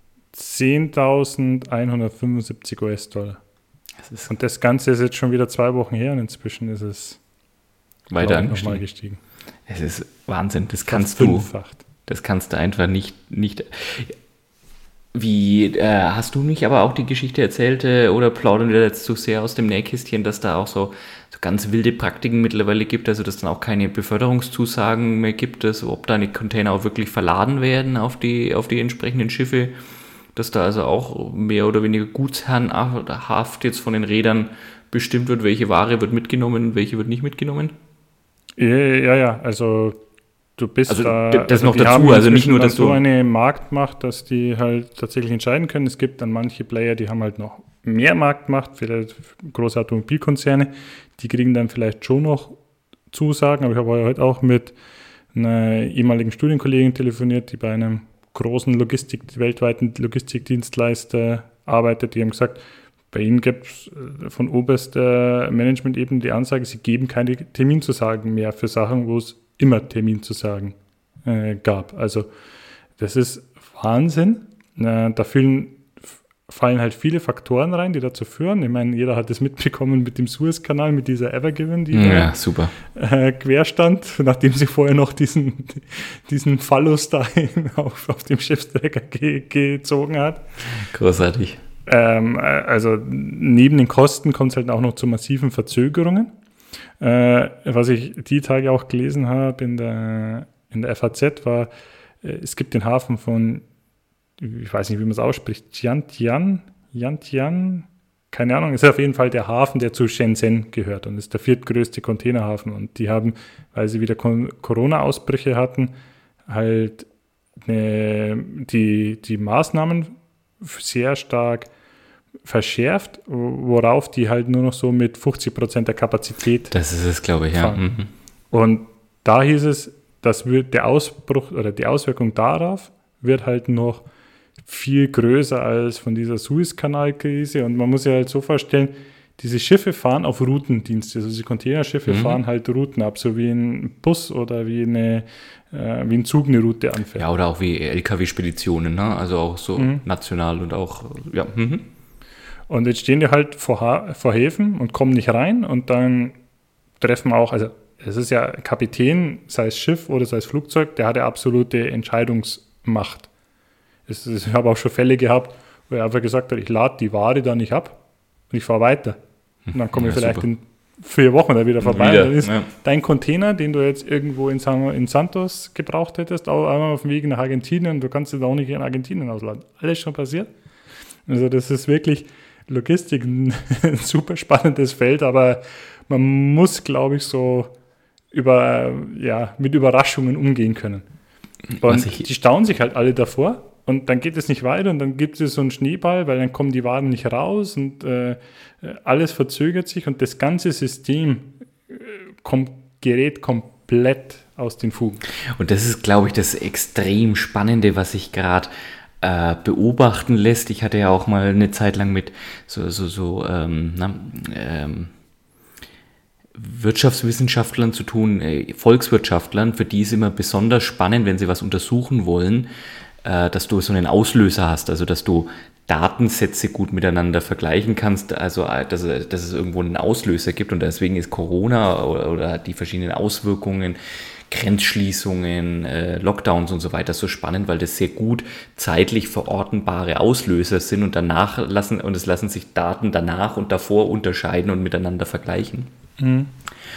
zehntausendeinhundertfünfundsiebzig U S-Dollar. Das und das Ganze ist jetzt schon wieder zwei Wochen her und inzwischen ist es weiter nochmal gestiegen. Es ist Wahnsinn, das kannst du... Das kannst du einfach nicht, nicht. Wie, äh, hast du nicht aber auch die Geschichte erzählt äh, oder plaudern wir jetzt zu sehr aus dem Nähkästchen, dass da auch so, so ganz wilde Praktiken mittlerweile gibt, also dass dann auch keine Beförderungszusagen mehr gibt, also ob deine Container auch wirklich verladen werden auf die, auf die entsprechenden Schiffe, dass da also auch mehr oder weniger Gutsherrenhaft jetzt von den Rädern bestimmt wird, welche Ware wird mitgenommen und welche wird nicht mitgenommen? Ja, ja, ja, also du bist also, da, das also noch dazu, also nicht nur, dass so du eine Marktmacht, dass die halt tatsächlich entscheiden können. Es gibt dann manche Player, die haben halt noch mehr Marktmacht, vielleicht große Automobilkonzerne, die kriegen dann vielleicht schon noch Zusagen, aber ich habe heute auch mit einer ehemaligen Studienkollegin telefoniert, die bei einem großen Logistik, weltweiten Logistikdienstleister arbeitet. Die haben gesagt, bei ihnen gibt es von oberster Management-Ebene die Ansage, sie geben keine Terminzusagen mehr für Sachen, wo es immer Terminzusagen äh, gab. Also das ist Wahnsinn. Äh, da fühlen, fallen halt viele Faktoren rein, die dazu führen. Ich meine, jeder hat es mitbekommen mit dem Suezkanal, mit dieser Evergiven, die ja, da super. Äh, quer stand, nachdem sie vorher noch diesen, diesen Phallus da auf, auf dem Schiffsträger ge, gezogen hat. Großartig. Ähm, also neben den Kosten kommt es halt auch noch zu massiven Verzögerungen. Äh, was ich die Tage auch gelesen habe in der, in der F A Z war, äh, es gibt den Hafen von, ich weiß nicht, wie man es ausspricht, Tiantian, Yantian, keine Ahnung, ist auf jeden Fall der Hafen, der zu Shenzhen gehört und ist der viertgrößte Containerhafen. Und die haben, weil sie wieder Corona-Ausbrüche hatten, halt eine, die, die Maßnahmen sehr stark verschärft, worauf die halt nur noch so mit fünfzig Prozent der Kapazität Das ist es, glaube ich, ja. Mhm. Und da hieß es, dass wird der Ausbruch oder die Auswirkung darauf wird halt noch viel größer als von dieser Suezkanalkrise. Und man muss sich halt so vorstellen, diese Schiffe fahren auf Routendienste, also diese Containerschiffe mhm. fahren halt Routen ab, so wie ein Bus oder wie, eine, äh, wie ein Zug eine Route anfährt. Ja, oder auch wie L K W-Speditionen, ne? Also auch so mhm. national und auch, ja. Mhm. Und jetzt stehen die halt vor, ha- vor Häfen und kommen nicht rein und dann treffen auch, also es ist ja Kapitän, sei es Schiff oder sei es Flugzeug, der hat ja absolute Entscheidungsmacht. Es, ich habe auch schon Fälle gehabt, wo er einfach gesagt hat, ich lade die Ware da nicht ab und ich fahre weiter. Und dann komme ja, ich vielleicht super. in vier Wochen da wieder vorbei. Wieder, und dann ist ja. dein Container, den du jetzt irgendwo in, in Santos gebraucht hättest, auch einmal auf dem Weg nach Argentinien, du kannst es auch nicht in Argentinien ausladen. Alles schon passiert. Also das ist wirklich Logistik ein super spannendes Feld, aber man muss, glaube ich, so über, ja, mit Überraschungen umgehen können. Und ich, die staunen sich halt alle davor und dann geht es nicht weiter und dann gibt es so einen Schneeball, weil dann kommen die Waren nicht raus und äh, alles verzögert sich und das ganze System äh, kommt, gerät komplett aus den Fugen. Und das ist, glaube ich, das extrem Spannende, was ich gerade äh, beobachten lässt. Ich hatte ja auch mal eine Zeit lang mit so, so, so ähm, na, ähm, Wirtschaftswissenschaftlern zu tun, äh, Volkswirtschaftlern, für die ist immer besonders spannend, wenn sie was untersuchen wollen, äh, dass du so einen Auslöser hast, also dass du Datensätze gut miteinander vergleichen kannst, also dass, dass es irgendwo einen Auslöser gibt und deswegen ist Corona oder, oder die verschiedenen Auswirkungen, Grenzschließungen, äh, Lockdowns und so weiter so spannend, weil das sehr gut zeitlich verortenbare Auslöser sind und danach lassen, und es lassen sich Daten danach und davor unterscheiden und miteinander vergleichen. Mhm.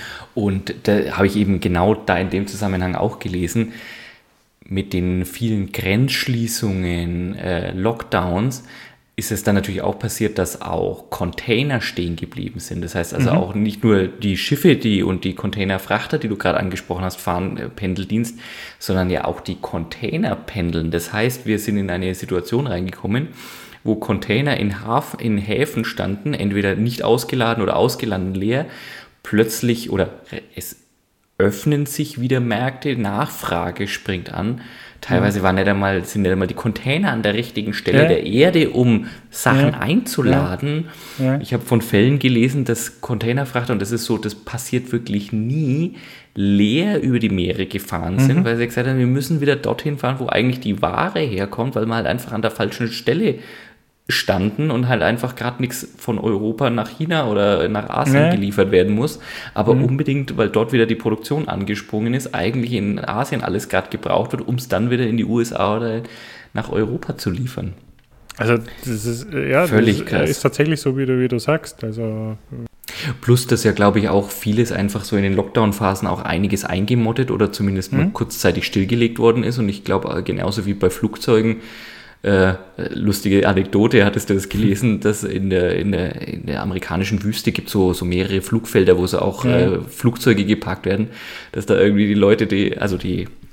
Und da habe ich eben genau da in dem Zusammenhang auch gelesen, mit den vielen Grenzschließungen, äh, Lockdowns, ist es dann natürlich auch passiert, dass auch Container stehen geblieben sind. Das heißt also mhm. auch nicht nur die Schiffe die und die Containerfrachter, die du gerade angesprochen hast, fahren äh, Pendeldienst, sondern ja auch die Container pendeln. Das heißt, wir sind in eine Situation reingekommen, wo Container in, Haf- in Häfen standen, entweder nicht ausgeladen oder ausgeladen leer, plötzlich oder es öffnen sich wieder Märkte, Nachfrage springt an. Teilweise waren nicht einmal, sind nicht einmal die Container an der richtigen Stelle ja. der Erde, um Sachen ja. einzuladen. Ja. Ja. Ich habe von Fällen gelesen, dass Containerfrachter, und das ist so, das passiert wirklich nie, leer über die Meere gefahren mhm. sind, weil sie gesagt haben, wir müssen wieder dorthin fahren, wo eigentlich die Ware herkommt, weil wir halt einfach an der falschen Stelle standen und halt einfach gerade nichts von Europa nach China oder nach Asien nee. geliefert werden muss, aber mhm. unbedingt, weil dort wieder die Produktion angesprungen ist, eigentlich in Asien alles gerade gebraucht wird, um es dann wieder in die U S A oder nach Europa zu liefern. Also das ist, ja, völlig das krass. Ist tatsächlich so, wie du, wie du sagst. Also plus, dass ja, glaube ich, auch vieles einfach so in den Lockdown-Phasen auch einiges eingemottet oder zumindest mhm. mal kurzzeitig stillgelegt worden ist und ich glaube, genauso wie bei Flugzeugen. Äh, lustige Anekdote, hattest du das gelesen, dass in der, in der, in der amerikanischen Wüste gibt es so, so mehrere Flugfelder, wo so auch ja. äh, Flugzeuge geparkt werden, dass da irgendwie die Leute, die, also die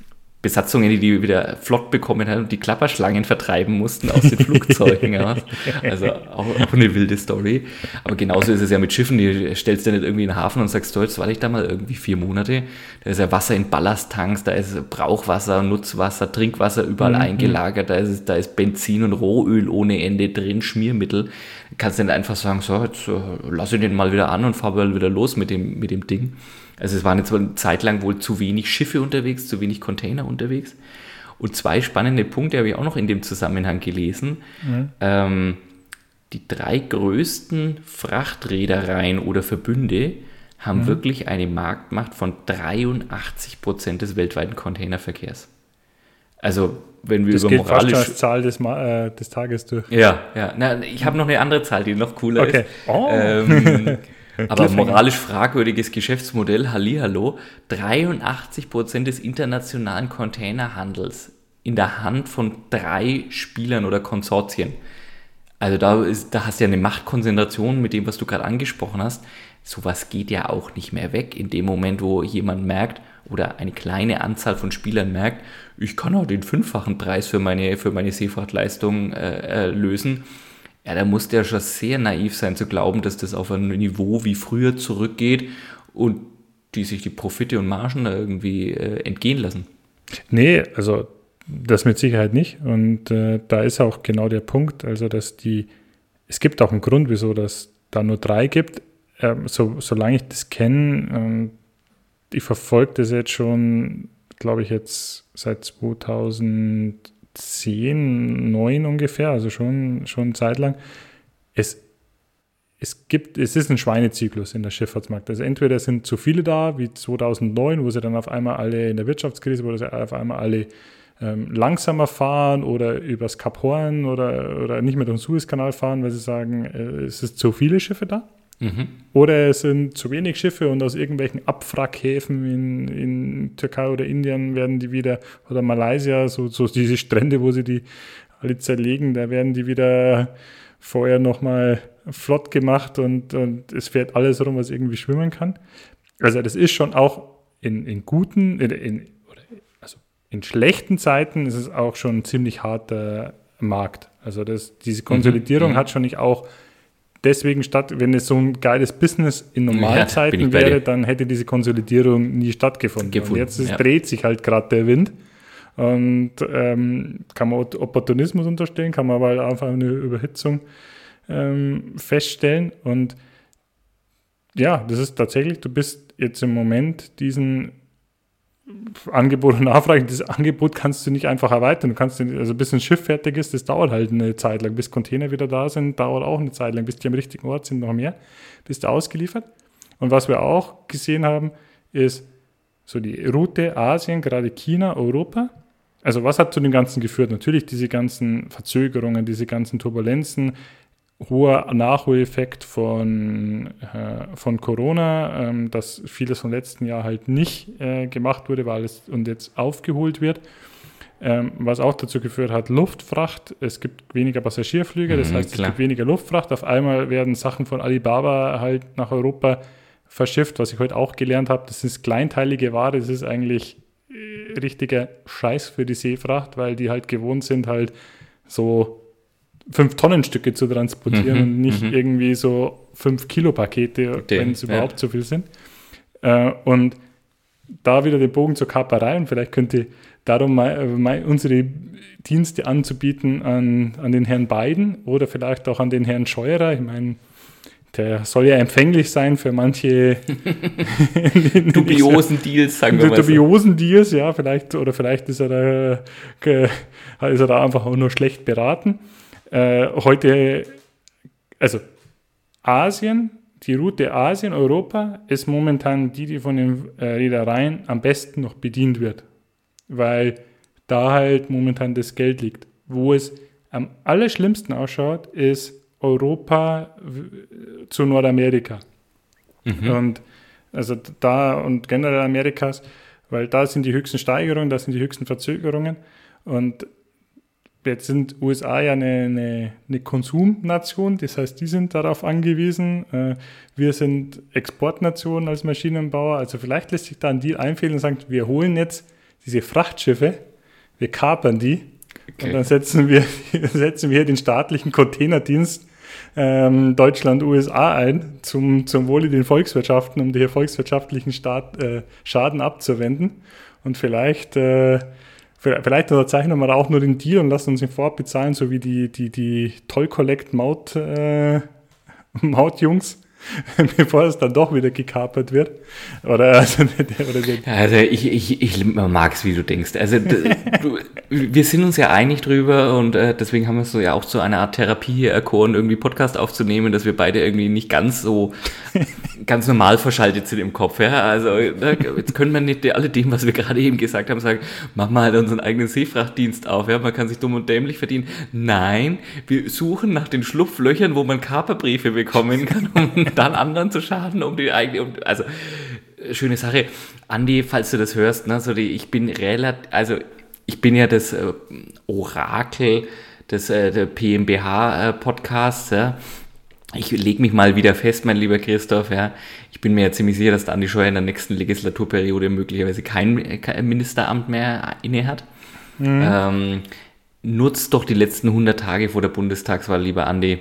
Besatzungen, die die wieder flott bekommen haben und die Klapperschlangen vertreiben mussten aus den Flugzeugen. Ja. Also auch, auch eine wilde Story. Aber genauso ist es ja mit Schiffen. Die stellst du nicht irgendwie in den Hafen und sagst, so, jetzt war ich da mal irgendwie vier Monate. Da ist ja Wasser in Ballasttanks, da ist Brauchwasser, Nutzwasser, Trinkwasser überall mhm. eingelagert, da ist, da ist Benzin und Rohöl ohne Ende drin, Schmiermittel. Kannst du nicht einfach sagen, so, jetzt uh, lass ich den mal wieder an und fahr mal wieder los mit dem, mit dem Ding. Also es waren jetzt eine Zeit lang wohl zu wenig Schiffe unterwegs, zu wenig Container unterwegs. Und zwei spannende Punkte habe ich auch noch in dem Zusammenhang gelesen. Mhm. Ähm, die drei größten Frachtreedereien oder Verbünde haben mhm. wirklich eine Marktmacht von dreiundachtzig Prozent des weltweiten Containerverkehrs. Also wenn wir das über geht moralisch... fast als Zahl des, Ma- äh, des Tages durch. Ja, ja. Na, ich habe noch eine andere Zahl, die noch cooler okay. ist. Oh. Ähm, aber moralisch fragwürdiges Geschäftsmodell, Hallihallo, dreiundachtzig Prozent des internationalen Containerhandels in der Hand von drei Spielern oder Konsortien. Also da, ist, da hast du ja eine Machtkonzentration mit dem, was du gerade angesprochen hast. Sowas geht ja auch nicht mehr weg in dem Moment, wo jemand merkt oder eine kleine Anzahl von Spielern merkt, ich kann auch den fünffachen Preis für meine, für meine Seefrachtleistung äh, lösen. Ja, da muss der schon sehr naiv sein zu glauben, dass das auf ein Niveau wie früher zurückgeht und die sich die Profite und Margen da irgendwie äh, entgehen lassen. Nee, also das mit Sicherheit nicht. Und äh, da ist auch genau der Punkt, also dass die, es gibt auch einen Grund, wieso das da nur drei gibt. Ähm, so, solange ich das kenne, ähm, ich verfolge das jetzt schon, glaube ich, jetzt seit zweitausendzehn, neun ungefähr, also schon, schon eine Zeit lang. Es, es gibt, es ist ein Schweinezyklus in der Schifffahrtsmarkt. Also entweder sind zu viele da, wie zweitausendneun, wo sie dann auf einmal alle in der Wirtschaftskrise, wo sie auf einmal alle ähm, langsamer fahren oder übers Kap Horn oder, oder nicht mehr durch den Suezkanal fahren, weil sie sagen, äh, es ist zu viele Schiffe da. Mhm. Oder es sind zu wenig Schiffe und aus irgendwelchen Abwrackhäfen in, in Türkei oder Indien werden die wieder, oder Malaysia, so, so diese Strände, wo sie die alle zerlegen, da werden die wieder vorher nochmal flott gemacht und, und es fährt alles rum, was irgendwie schwimmen kann. Also das ist schon auch in, in guten, in, in, oder also in schlechten Zeiten ist es auch schon ein ziemlich harter Markt. Also das, diese Konsolidierung mhm. hat schon nicht auch deswegen statt, wenn es so ein geiles Business in Normalzeiten ja, wäre, dann hätte diese Konsolidierung nie stattgefunden. Gefunden, und jetzt ist, ja. dreht sich halt gerade der Wind. Und ähm, kann man Opportunismus unterstellen, kann man aber einfach eine Überhitzung ähm, feststellen. Und ja, das ist tatsächlich, du bist jetzt im Moment diesen Angebot und Nachfrage, das Angebot kannst du nicht einfach erweitern. Du kannst, also bis ein Schiff fertig ist, das dauert halt eine Zeit lang. Bis Container wieder da sind, dauert auch eine Zeit lang. Bis die am richtigen Ort sind, noch mehr. Bist du ausgeliefert. Und was wir auch gesehen haben, ist so die Route Asien, gerade China, Europa. Also was hat zu dem Ganzen geführt? Natürlich diese ganzen Verzögerungen, diese ganzen Turbulenzen, hoher Nachholeffekt von, äh, von Corona, ähm, dass vieles vom letzten Jahr halt nicht äh, gemacht wurde, weil es und jetzt aufgeholt wird. Ähm, was auch dazu geführt hat, Luftfracht. Es gibt weniger Passagierflüge, das mhm, heißt, klar. Es gibt weniger Luftfracht. Auf einmal werden Sachen von Alibaba halt nach Europa verschifft, was ich heute auch gelernt habe. Das ist kleinteilige Ware, das ist eigentlich äh, richtiger Scheiß für die Seefracht, weil die halt gewohnt sind, halt so fünf Tonnen Stücke zu transportieren mhm, und nicht m-m. irgendwie so fünf Kilo Pakete, wenn es überhaupt ja. so viel sind. Äh, und da wieder den Bogen zur Kaperei und vielleicht könnte darum mal, mal unsere Dienste anzubieten an, an den Herrn Biden oder vielleicht auch an den Herrn Scheurer. Ich meine, der soll ja empfänglich sein für manche dubiosen Deals, sagen wir mal. Dubiosen so. Deals, ja, vielleicht, oder vielleicht ist er da, ist er da einfach auch nur schlecht beraten. Äh, heute, also Asien, die Route Asien, Europa ist momentan die, die von den äh, Reedereien am besten noch bedient wird, weil da halt momentan das Geld liegt. Wo es am allerschlimmsten ausschaut, ist Europa w- zu Nordamerika. Mhm. Und also da und generell Amerikas, weil da sind die höchsten Steigerungen, da sind die höchsten Verzögerungen und jetzt sind U S A ja eine, eine, eine Konsumnation, das heißt, die sind darauf angewiesen. Wir sind Exportnation als Maschinenbauer, also vielleicht lässt sich da ein Deal einfällen und sagen, wir holen jetzt diese Frachtschiffe, wir kapern die Okay. und dann setzen wir, setzen wir den staatlichen Containerdienst ähm, Deutschland, U S A ein, zum, zum Wohle den Volkswirtschaften, um die volkswirtschaftlichen Staat, äh, Schaden abzuwenden. Und vielleicht, äh, vielleicht unterzeichnen wir auch nur den Deal und lassen uns ihn vorab bezahlen, so wie die, die, die Toll-Collect-Maut, äh, Mautjungs, bevor es dann doch wieder gekapert wird. Oder, also, oder also ich, ich, ich mag es, wie du denkst. Also du, wir sind uns ja einig drüber und äh, deswegen haben wir es so ja auch zu einer Art Therapie hier erkoren, irgendwie Podcast aufzunehmen, dass wir beide irgendwie nicht ganz so ganz normal verschaltet sind im Kopf. Ja? Also ne, jetzt können wir nicht alle dem, was wir gerade eben gesagt haben, sagen, mach mal halt unseren eigenen Seefrachtdienst auf. Ja? Man kann sich dumm und dämlich verdienen. Nein, wir suchen nach den Schlupflöchern, wo man Kaperbriefe bekommen kann, um dann anderen zu schaden, um die eigene, um, also schöne Sache. Andi, falls du das hörst, ne, so die, ich bin relativ, also ich bin ja das äh, Orakel des äh, der P M B H-Podcasts, äh, ja. Ich lege mich mal wieder fest, mein lieber Christoph, ja. Ich bin mir ja ziemlich sicher, dass der Andi Scheuer in der nächsten Legislaturperiode möglicherweise kein, kein Ministeramt mehr inne hat. Mhm. Ähm, nutzt doch die letzten hundert Tage vor der Bundestagswahl, lieber Andi.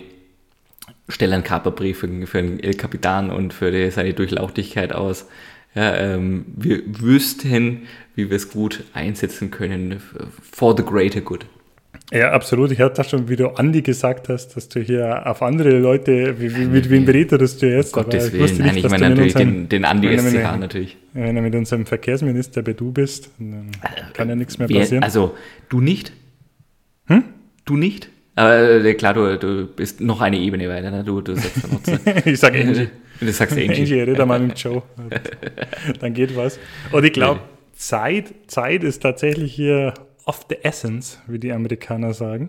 Stell einen Kaperbrief für, für den El Capitan und für die, seine Durchlauchtigkeit aus. Ja, ähm, wir wüssten, wie wir es gut einsetzen können for the greater good. Ja, absolut. Ich hatte das schon, wie du Andi gesagt hast, dass du hier auf andere Leute, wie, wie, mit wem redest du jetzt? Um Gottes Willen, nein, ich meine natürlich unserem, den, den Andi S C H natürlich. Wenn er mit unserem Verkehrsminister bei du bist, dann kann ja nichts mehr Wer, passieren. Also, du nicht? Hm? Du nicht? Aber äh, klar, du, du bist noch eine Ebene weiter, ne? Du, du sagst dann Ich sag Angie. Du sagst Angie. Angie, red mal mit Joe. Dann geht was. Und ich glaube, ja. Zeit, Zeit ist tatsächlich hier of the essence, wie die Amerikaner sagen.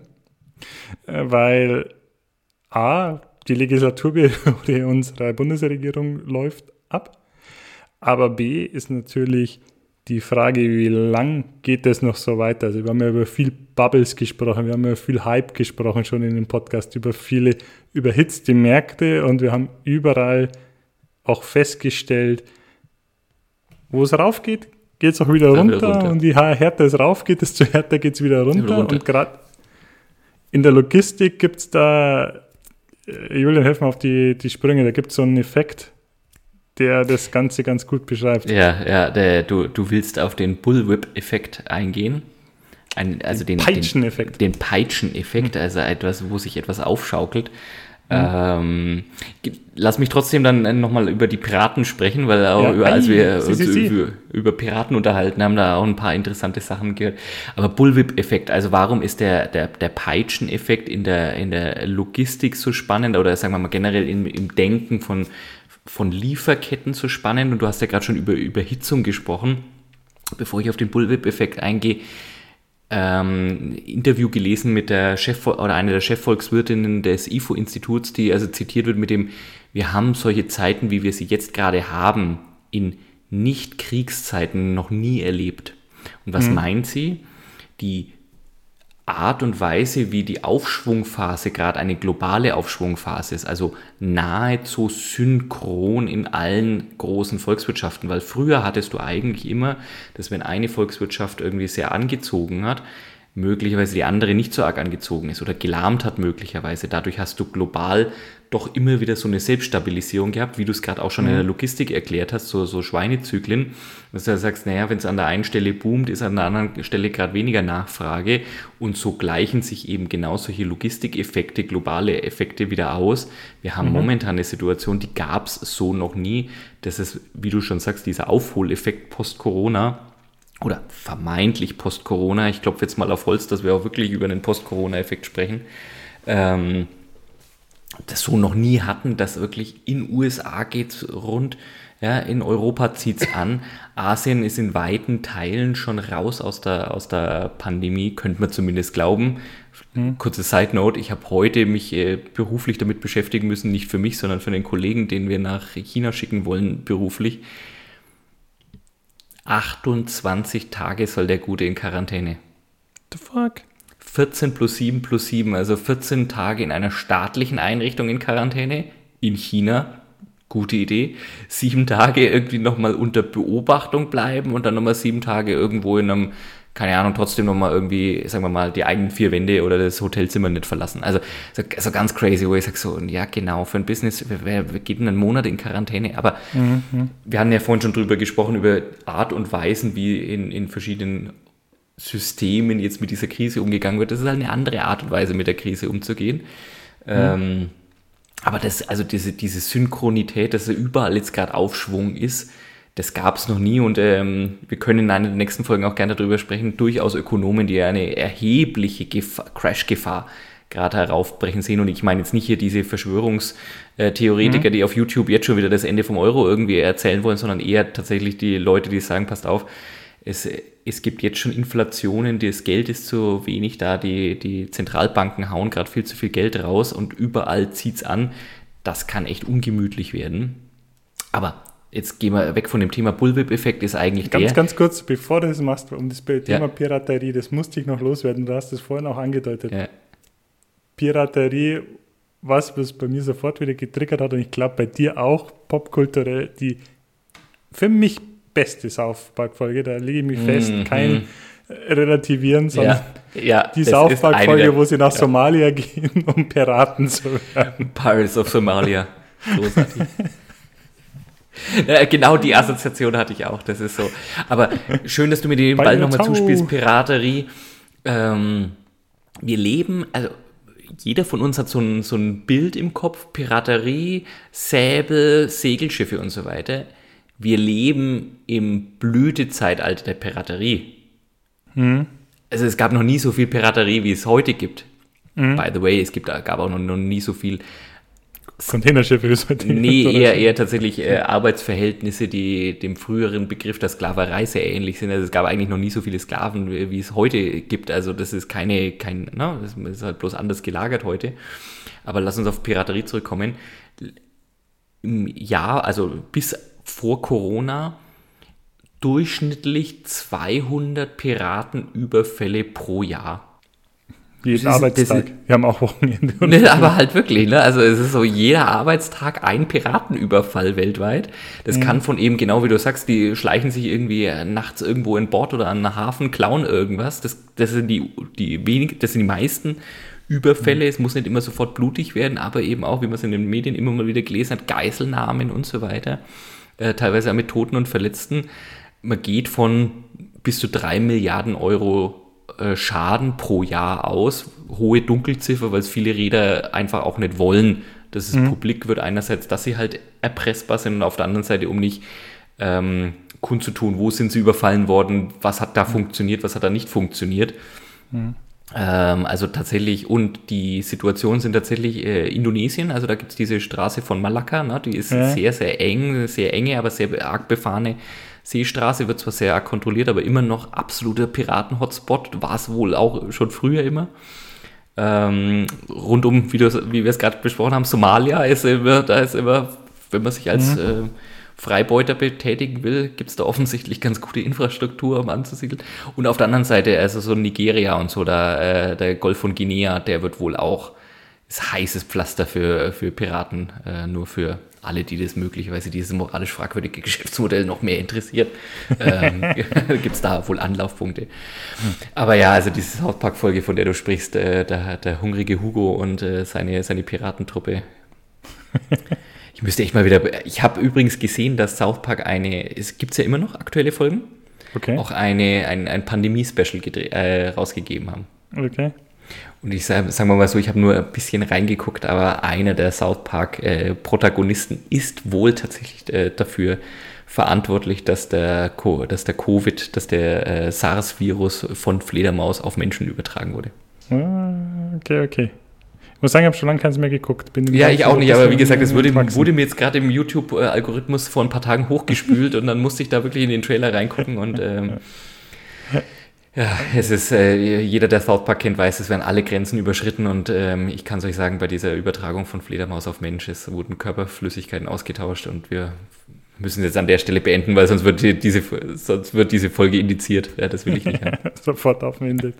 Weil A, die Legislaturperiode unserer Bundesregierung läuft ab. Aber B ist natürlich die Frage, wie lang geht das noch so weiter? Also wir haben ja über viel Bubbles gesprochen, wir haben ja viel Hype gesprochen schon in dem Podcast, über viele überhitzte Märkte und wir haben überall auch festgestellt, wo es raufgeht, geht es auch wieder runter, wieder runter und je härter es raufgeht, desto härter geht es wieder runter. runter. Und gerade in der Logistik gibt es da, Julian, helf mir auf die, die Sprünge, da gibt es so einen Effekt, der das Ganze ganz gut beschreibt. Ja, ja, der, du, du willst auf den Bullwhip-Effekt eingehen. Ein, also den, den Peitschen-Effekt. Den, den Peitschen-Effekt, mhm. also etwas, wo sich etwas aufschaukelt. Mhm. Ähm, lass mich trotzdem dann nochmal über die Piraten sprechen, weil auch ja, über, als wir sie, uns sie, sie. Über, über Piraten unterhalten haben, da auch ein paar interessante Sachen gehört. Aber Bullwhip-Effekt, also warum ist der, der, der Peitschen-Effekt in der, in der Logistik so spannend oder sagen wir mal generell im, im Denken von von Lieferketten so spannend und du hast ja gerade schon über Überhitzung gesprochen. Bevor ich auf den Bullwhip-Effekt eingehe, ähm, Interview gelesen mit der Chef oder einer der Chefvolkswirtinnen des I F O-Instituts, die also zitiert wird mit dem, wir haben solche Zeiten, wie wir sie jetzt gerade haben, in Nicht-Kriegszeiten noch nie erlebt. Und was mhm. meint sie? Die Art und Weise, wie die Aufschwungphase gerade eine globale Aufschwungphase ist, also nahezu synchron in allen großen Volkswirtschaften, weil früher hattest du eigentlich immer, dass wenn eine Volkswirtschaft irgendwie sehr angezogen hat, möglicherweise die andere nicht so arg angezogen ist oder gelahmt hat möglicherweise. Dadurch hast du global doch immer wieder so eine Selbststabilisierung gehabt, wie du es gerade auch schon mhm. in der Logistik erklärt hast, so, so Schweinezyklen, dass du sagst, naja, wenn es an der einen Stelle boomt, ist an der anderen Stelle gerade weniger Nachfrage und so gleichen sich eben genau solche Logistikeffekte, globale Effekte wieder aus. Wir haben mhm. momentan eine Situation, die gab es so noch nie. Das ist, wie du schon sagst, dieser Aufholeffekt post-Corona, oder vermeintlich Post-Corona. Ich klopfe jetzt mal auf Holz, dass wir auch wirklich über einen Post-Corona-Effekt sprechen. Ähm, das so noch nie hatten, dass wirklich in U S A geht es rund, ja, in Europa zieht es an. Asien ist in weiten Teilen schon raus aus der, aus der Pandemie, könnte man zumindest glauben. Mhm. Kurze Side-Note, ich habe heute mich äh, beruflich damit beschäftigen müssen, nicht für mich, sondern für den Kollegen, den wir nach China schicken wollen, beruflich. achtundzwanzig Tage soll der Gute in Quarantäne. The fuck? vierzehn plus sieben plus sieben, also vierzehn Tage in einer staatlichen Einrichtung in Quarantäne in China. Gute Idee. Sieben Tage irgendwie nochmal unter Beobachtung bleiben und dann nochmal sieben Tage irgendwo in einem, keine Ahnung, trotzdem nochmal irgendwie, sagen wir mal, die eigenen vier Wände oder das Hotelzimmer nicht verlassen. Also so, so ganz crazy, wo ich sage so, ja genau, für ein Business, wer, wer geht denn einen Monat in Quarantäne? Aber mhm. wir hatten ja vorhin schon drüber gesprochen, über Art und Weisen, wie in, in verschiedenen Systemen jetzt mit dieser Krise umgegangen wird. Das ist halt eine andere Art und Weise, mit der Krise umzugehen. Mhm. Ähm, aber das, also diese, diese Synchronität, dass er überall jetzt gerade Aufschwung ist, das gab es noch nie und ähm, wir können in einer der nächsten Folgen auch gerne darüber sprechen, durchaus Ökonomen, die eine erhebliche Gefahr, Crash-Gefahr gerade heraufbrechen sehen. Und ich meine jetzt nicht hier diese Verschwörungstheoretiker, mhm. die auf YouTube jetzt schon wieder das Ende vom Euro irgendwie erzählen wollen, sondern eher tatsächlich die Leute, die sagen, passt auf, es, es gibt jetzt schon Inflationen, das Geld ist zu wenig da, die, die Zentralbanken hauen gerade viel zu viel Geld raus und überall zieht es an. Das kann echt ungemütlich werden. Aber jetzt gehen wir weg von dem Thema Bullwhip-Effekt, ist eigentlich ganz, der... Ganz kurz, bevor du das machst, um das Thema ja. Piraterie, das musste ich noch loswerden, du hast das vorhin auch angedeutet. Ja. Piraterie, was, was bei mir sofort wieder getriggert hat und ich glaube bei dir auch, popkulturell, die für mich beste South Park-Folge, da lege ich mich mm-hmm. fest, kein Relativieren, sondern ja. Ja, die South Park-Folge, wo sie nach ja. Somalia gehen, um Piraten zu werden. Pirates of Somalia, großartig. Ja, genau die Assoziation hatte ich auch, das ist so. Aber schön, dass du mir den Ball nochmal zuspielst, Piraterie. Ähm, wir leben, also jeder von uns hat so ein, so ein Bild im Kopf, Piraterie, Säbel, Segelschiffe und so weiter. Wir leben im Blütezeitalter der Piraterie. Hm. Also es gab noch nie so viel Piraterie, wie es heute gibt. Hm. By the way, es gibt, gab auch noch, noch nie so viel Containerschiffe. Ist heute nee, eher, eher tatsächlich äh, Arbeitsverhältnisse, die dem früheren Begriff der Sklaverei sehr ähnlich sind. Also es gab eigentlich noch nie so viele Sklaven, wie, wie es heute gibt. Also das ist keine, kein, na, das ist halt bloß anders gelagert heute. Aber lass uns auf Piraterie zurückkommen. Im Jahr, also bis vor Corona, durchschnittlich zweihundert Piratenüberfälle pro Jahr. Jeden Arbeitstag. Das, wir haben auch Wochenende. Ne, aber halt wirklich, ne? Also es ist so jeder Arbeitstag ein Piratenüberfall weltweit. Das mhm. kann von eben, genau wie du sagst, die schleichen sich irgendwie nachts irgendwo in Bord oder an einen Hafen, klauen irgendwas. Das, das sind die, die wenig, das sind die meisten Überfälle. Mhm. Es muss nicht immer sofort blutig werden, aber eben auch, wie man es in den Medien immer mal wieder gelesen hat, Geiselnahmen und so weiter. Äh, teilweise auch mit Toten und Verletzten. Man geht von bis zu drei Milliarden Euro Schaden pro Jahr aus, hohe Dunkelziffer, weil es viele Reeder einfach auch nicht wollen, dass es mhm. publik wird. Einerseits, dass sie halt erpressbar sind und auf der anderen Seite, um nicht ähm, kundzutun, wo sind sie überfallen worden, was hat da mhm. funktioniert, was hat da nicht funktioniert. Mhm. Ähm, also tatsächlich, und die Situationen sind tatsächlich äh, Indonesien, also da gibt es diese Straße von Malakka, ne, die ist ja. sehr, sehr eng, sehr enge, aber sehr arg befahrene Seestraße, wird zwar sehr arg kontrolliert, aber immer noch absoluter Piraten-Hotspot, war es wohl auch schon früher immer. Ähm, rund um, wie, du, wie wir es gerade besprochen haben, Somalia ist immer, da ist immer, wenn man sich als mhm. äh, Freibeuter betätigen will, gibt es da offensichtlich ganz gute Infrastruktur, um anzusiedeln. Und auf der anderen Seite, also so Nigeria und so, da, äh, der Golf von Guinea, der wird wohl auch, ist heißes Pflaster für, für Piraten, äh, nur für alle, die das möglicherweise dieses moralisch fragwürdige Geschäftsmodell noch mehr interessiert, ähm, gibt es da wohl Anlaufpunkte. Aber ja, also diese South Park-Folge, von der du sprichst, äh, der, der hungrige Hugo und äh, seine, seine Piratentruppe. Ich müsste echt mal wieder, ich habe übrigens gesehen, dass South Park eine, es gibt ja immer noch aktuelle Folgen, okay. auch eine, ein, ein Pandemie-Special gedre- äh, rausgegeben haben. Okay. Und ich sage sag mal so, ich habe nur ein bisschen reingeguckt, aber einer der South Park-Protagonisten äh, ist wohl tatsächlich äh, dafür verantwortlich, dass der, Co- dass der Covid, dass der äh, SARS-Virus von Fledermaus auf Menschen übertragen wurde. Okay, okay. Ich muss sagen, ich habe schon lange keins mehr geguckt. Bin ja, ich auch nicht, aber wie gesagt, es wurde, wurde mir jetzt gerade im YouTube-Algorithmus vor ein paar Tagen hochgespült und dann musste ich da wirklich in den Trailer reingucken und ähm, ja, es ist, äh, jeder, der South Park kennt, weiß, es werden alle Grenzen überschritten und ähm, ich kann es euch sagen, bei dieser Übertragung von Fledermaus auf Mensch, es wurden Körperflüssigkeiten ausgetauscht und wir müssen jetzt an der Stelle beenden, weil sonst wird die, diese, sonst wird diese Folge indiziert. Ja, das will ich nicht haben. Sofort auf den Index.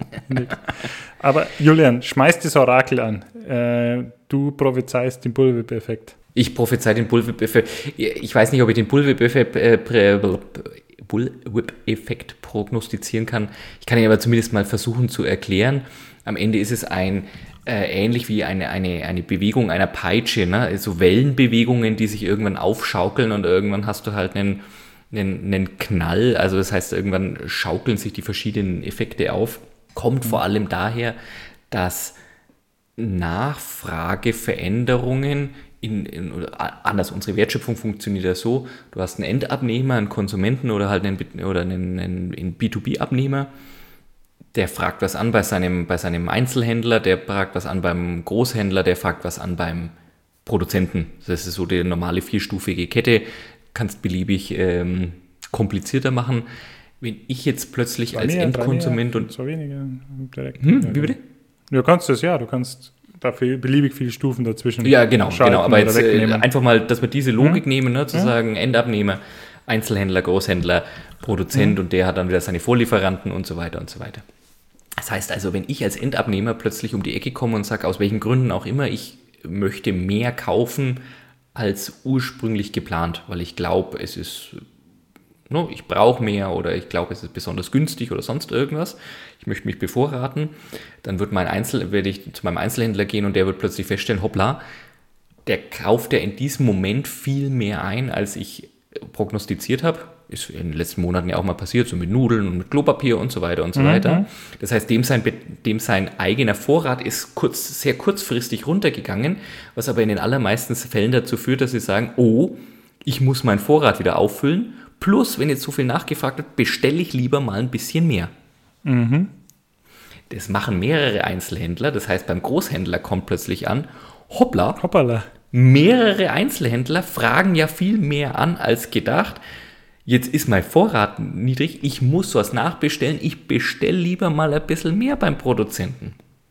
Aber Julian, schmeiß das Orakel an. Äh, du prophezeist den Bullwhip-Effekt. Ich prophezei den Bullwhip-Effekt. Ich weiß nicht, ob ich den Bullwhip-Effekt, äh, Bullwhip-Effekt prognostizieren kann. Ich kann ihn aber zumindest mal versuchen zu erklären. Am Ende ist es ein äh, ähnlich wie eine, eine, eine Bewegung einer Peitsche, ne? So Wellenbewegungen, die sich irgendwann aufschaukeln und irgendwann hast du halt einen, einen, einen Knall. Also das heißt, irgendwann schaukeln sich die verschiedenen Effekte auf. Kommt vor allem daher, dass Nachfrageveränderungen In, in, oder anders, unsere Wertschöpfung funktioniert ja so, du hast einen Endabnehmer, einen Konsumenten oder halt einen, oder einen, einen B zwei B-Abnehmer, der fragt was an bei seinem, bei seinem Einzelhändler, der fragt was an beim Großhändler, der fragt was an beim Produzenten. Das ist so die normale vierstufige Kette, kannst beliebig ähm, komplizierter machen. Wenn ich jetzt plötzlich Zwei als mehr, Endkonsument mehr, und... so weniger direkt. Hm, wie bitte? Du kannst das, ja, du kannst dafür beliebig viele Stufen dazwischen. Ja, genau, genau. Aber jetzt äh, einfach mal, dass wir diese Logik hm? nehmen, ne, zu ja. sagen, Endabnehmer, Einzelhändler, Großhändler, Produzent hm. und der hat dann wieder seine Vorlieferanten und so weiter und so weiter. Das heißt also, wenn ich als Endabnehmer plötzlich um die Ecke komme und sage, aus welchen Gründen auch immer, ich möchte mehr kaufen als ursprünglich geplant, weil ich glaube, es ist... No, ich brauche mehr oder ich glaube, es ist besonders günstig oder sonst irgendwas. Ich möchte mich bevorraten. Dann wird mein Einzel, werde ich zu meinem Einzelhändler gehen und der wird plötzlich feststellen, hoppla, der kauft ja in diesem Moment viel mehr ein, als ich prognostiziert habe. Ist in den letzten Monaten ja auch mal passiert, so mit Nudeln und mit Klopapier und so weiter und so mhm. weiter. Das heißt, dem sein, dem sein eigener Vorrat ist kurz, sehr kurzfristig runtergegangen, was aber in den allermeisten Fällen dazu führt, dass sie sagen, oh, ich muss meinen Vorrat wieder auffüllen. Plus, wenn jetzt so viel nachgefragt wird, bestelle ich lieber mal ein bisschen mehr. Mhm. Das machen mehrere Einzelhändler. Das heißt, beim Großhändler kommt plötzlich an, hoppla, Hoppala. mehrere Einzelhändler fragen ja viel mehr an als gedacht. Jetzt ist mein Vorrat niedrig, ich muss was nachbestellen. Ich bestelle lieber mal ein bisschen mehr beim Produzenten.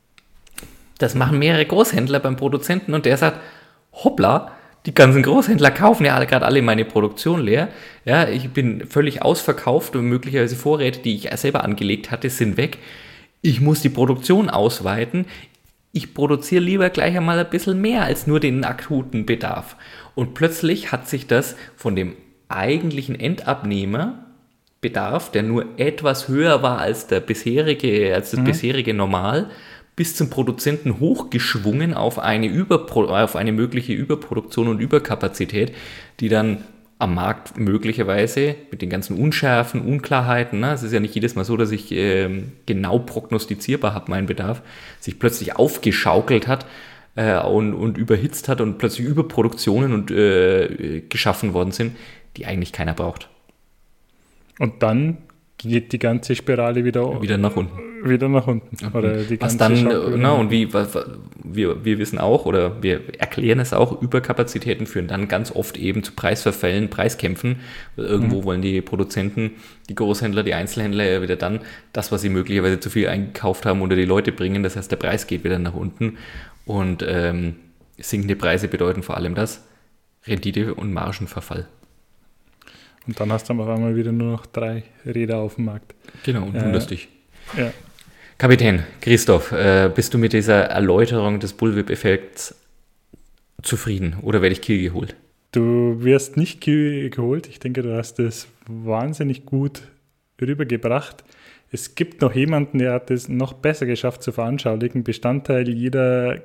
Das machen mehrere Großhändler beim Produzenten und der sagt, hoppla, die ganzen Großhändler kaufen ja alle gerade alle meine Produktion leer. Ja, ich bin völlig ausverkauft und möglicherweise Vorräte, die ich selber angelegt hatte, sind weg. Ich muss die Produktion ausweiten. Ich produziere lieber gleich einmal ein bisschen mehr als nur den akuten Bedarf. Und plötzlich hat sich das von dem eigentlichen Endabnehmerbedarf, der nur etwas höher war als der bisherige, als das mhm. bisherige Normal, bis zum Produzenten hochgeschwungen auf eine, Überpro- auf eine mögliche Überproduktion und Überkapazität, die dann am Markt möglicherweise mit den ganzen Unschärfen, Unklarheiten, ne, es ist ja nicht jedes Mal so, dass ich äh, genau prognostizierbar habe, meinen Bedarf, sich plötzlich aufgeschaukelt hat äh, und, und überhitzt hat und plötzlich Überproduktionen und, äh, geschaffen worden sind, die eigentlich keiner braucht. Und dann geht die ganze Spirale wieder, wieder nach unten. Wieder nach unten. Oder die was dann, na, und wie, was, wir, wir wissen auch, oder wir erklären es auch, Überkapazitäten führen dann ganz oft eben zu Preisverfällen, Preiskämpfen. Weil irgendwo mhm. wollen die Produzenten, die Großhändler, die Einzelhändler wieder dann das, was sie möglicherweise zu viel eingekauft haben, unter die Leute bringen. Das heißt, der Preis geht wieder nach unten. Und ähm, sinkende Preise bedeuten vor allem das, Rendite- und Margenverfall. Und dann hast du auf einmal wieder nur noch drei Räder auf dem Markt. Genau, und äh, wunderst dich. Ja. Kapitän Christoph, äh, bist du mit dieser Erläuterung des Bullwhip-Effekts zufrieden oder werde ich Kiel geholt? Du wirst nicht Kiel geholt. Ich denke, du hast das wahnsinnig gut rübergebracht. Es gibt noch jemanden, der hat es noch besser geschafft zu veranschaulichen. Bestandteil jeder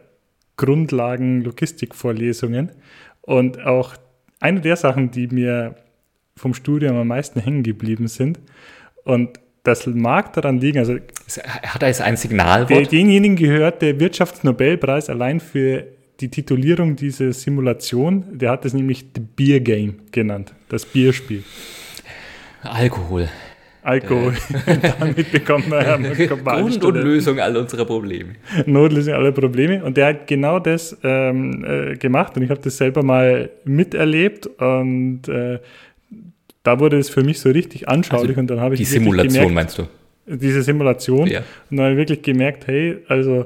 Grundlagen-Logistik-Vorlesungen. Und auch eine der Sachen, die mir vom Studium am meisten hängen geblieben sind. Und das mag daran liegen, also hat er jetzt ein Signalwort? Der, denjenigen gehört der Wirtschaftsnobelpreis allein für die Titulierung dieser Simulation. Der hat es nämlich The Beer Game genannt, das Bierspiel. Alkohol. Alkohol. Äh. Damit bekommt man ja Grund und Lösung all unserer Probleme. Notlösung aller Probleme. Und der hat genau das ähm, äh, gemacht und ich habe das selber mal miterlebt und äh, da wurde es für mich so richtig anschaulich also und dann habe ich die Simulation gemerkt, meinst du? Diese Simulation. Ja. Und dann habe ich wirklich gemerkt, hey, also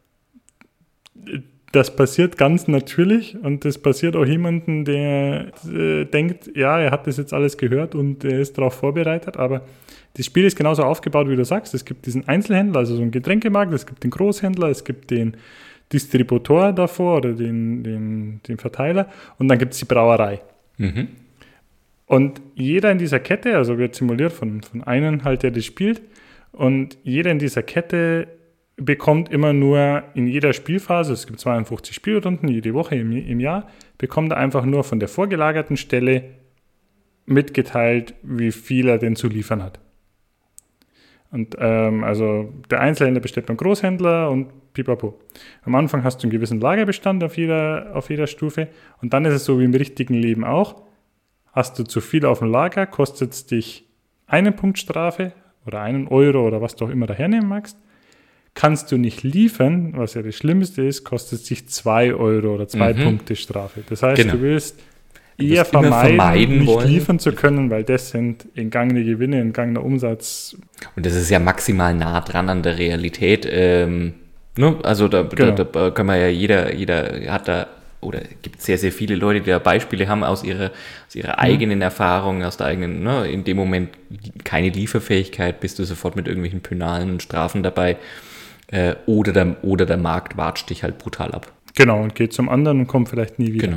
das passiert ganz natürlich und das passiert auch jemandem, der äh, denkt, ja, er hat das jetzt alles gehört und er ist darauf vorbereitet, aber das Spiel ist genauso aufgebaut, wie du sagst. Es gibt diesen Einzelhändler, also so einen Getränkemarkt, es gibt den Großhändler, es gibt den, Distributor davor oder den, den, den Verteiler und dann gibt es die Brauerei. Mhm. Und jeder in dieser Kette, also wird simuliert von, von einem halt, der das spielt, und jeder in dieser Kette bekommt immer nur in jeder Spielphase, es gibt zweiundfünfzig Spielrunden jede Woche im, im Jahr, bekommt er einfach nur von der vorgelagerten Stelle mitgeteilt, wie viel er denn zu liefern hat. Und ähm, also der Einzelhändler bestellt beim Großhändler und pipapo. Am Anfang hast du einen gewissen Lagerbestand auf jeder, auf jeder Stufe und dann ist es so wie im richtigen Leben auch. Hast du zu viel auf dem Lager, kostet es dich einen Punkt Strafe oder einen Euro oder was du auch immer da hernehmen magst. Kannst du nicht liefern, was ja das Schlimmste ist, kostet es dich zwei Euro oder zwei mhm. Punkte Strafe. Das heißt, genau. du willst eher vermeiden, vermeiden nicht wollen. liefern zu können, weil das sind entgangene Gewinne, entgangener Umsatz. Und das ist ja maximal nah dran an der Realität. Ähm, ne? Also da, genau. da, da kann man ja, jeder, jeder hat da, oder gibt sehr, sehr viele Leute, die da Beispiele haben aus ihrer, aus ihrer mhm. eigenen Erfahrung, aus der eigenen, ne? In dem Moment keine Lieferfähigkeit, bist du sofort mit irgendwelchen Penalen und Strafen dabei. Äh, oder, der, oder der Markt watscht dich halt brutal ab. Genau, und geht zum anderen und kommt vielleicht nie wieder. Genau.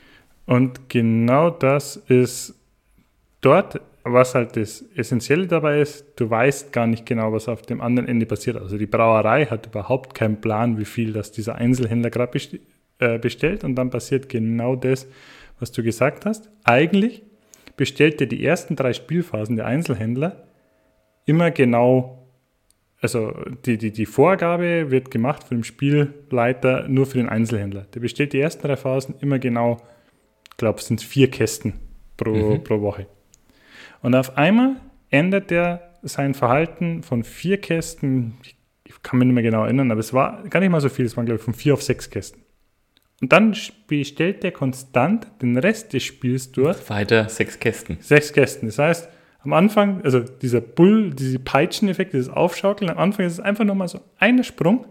Und genau das ist dort, was halt das Essentielle dabei ist, du weißt gar nicht genau, was auf dem anderen Ende passiert. Also die Brauerei hat überhaupt keinen Plan, wie viel das dieser Einzelhändler gerade best- äh, bestellt und dann passiert genau das, was du gesagt hast. Eigentlich bestellt dir die ersten drei Spielphasen der Einzelhändler immer genau, also die, die, die Vorgabe wird gemacht von dem Spielleiter nur für den Einzelhändler. Der bestellt die ersten drei Phasen immer genau, ich glaube, es sind vier Kästen pro, mhm. pro Woche. Und auf einmal ändert er sein Verhalten von vier Kästen, ich kann mich nicht mehr genau erinnern, aber es war gar nicht mal so viel, es waren, glaube ich, von vier auf sechs Kästen. Und dann bestellt er konstant den Rest des Spiels durch. Weiter sechs Kästen. Sechs Kästen. Das heißt, am Anfang, also dieser Bull, diese Peitscheneffekt, dieses Aufschaukeln, am Anfang ist es einfach nochmal so ein Sprung.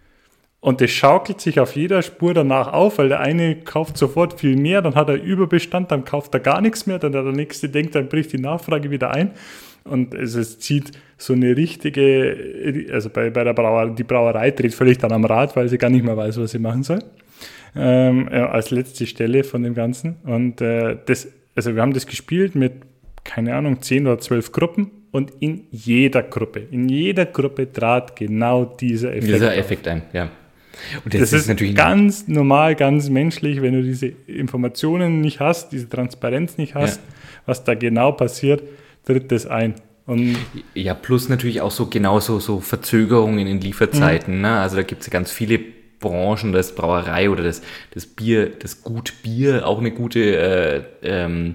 Und das schaukelt sich auf jeder Spur danach auf, weil der eine kauft sofort viel mehr, dann hat er Überbestand, dann kauft er gar nichts mehr, dann der nächste denkt, dann bricht die Nachfrage wieder ein. Und es, es zieht so eine richtige, also bei, bei der Brauerei, die Brauerei dreht völlig dann am Rad, weil sie gar nicht mehr weiß, was sie machen soll. Ähm, ja, als letzte Stelle von dem Ganzen. Und äh, das, also wir haben das gespielt mit, keine Ahnung, zehn oder zwölf Gruppen. Und in jeder Gruppe, in jeder Gruppe trat genau dieser Effekt Dieser Effekt ein, ja. Und das, das ist, ist natürlich ganz normal, ganz menschlich, wenn du diese Informationen nicht hast, diese Transparenz nicht hast, ja. was da genau passiert, tritt das ein. Und ja, plus natürlich auch so genauso so Verzögerungen in Lieferzeiten. Mhm. Ne? Also da gibt es ja ganz viele Branchen, das Brauerei oder das, das Bier, das Gutbier, auch eine gute, äh, ähm,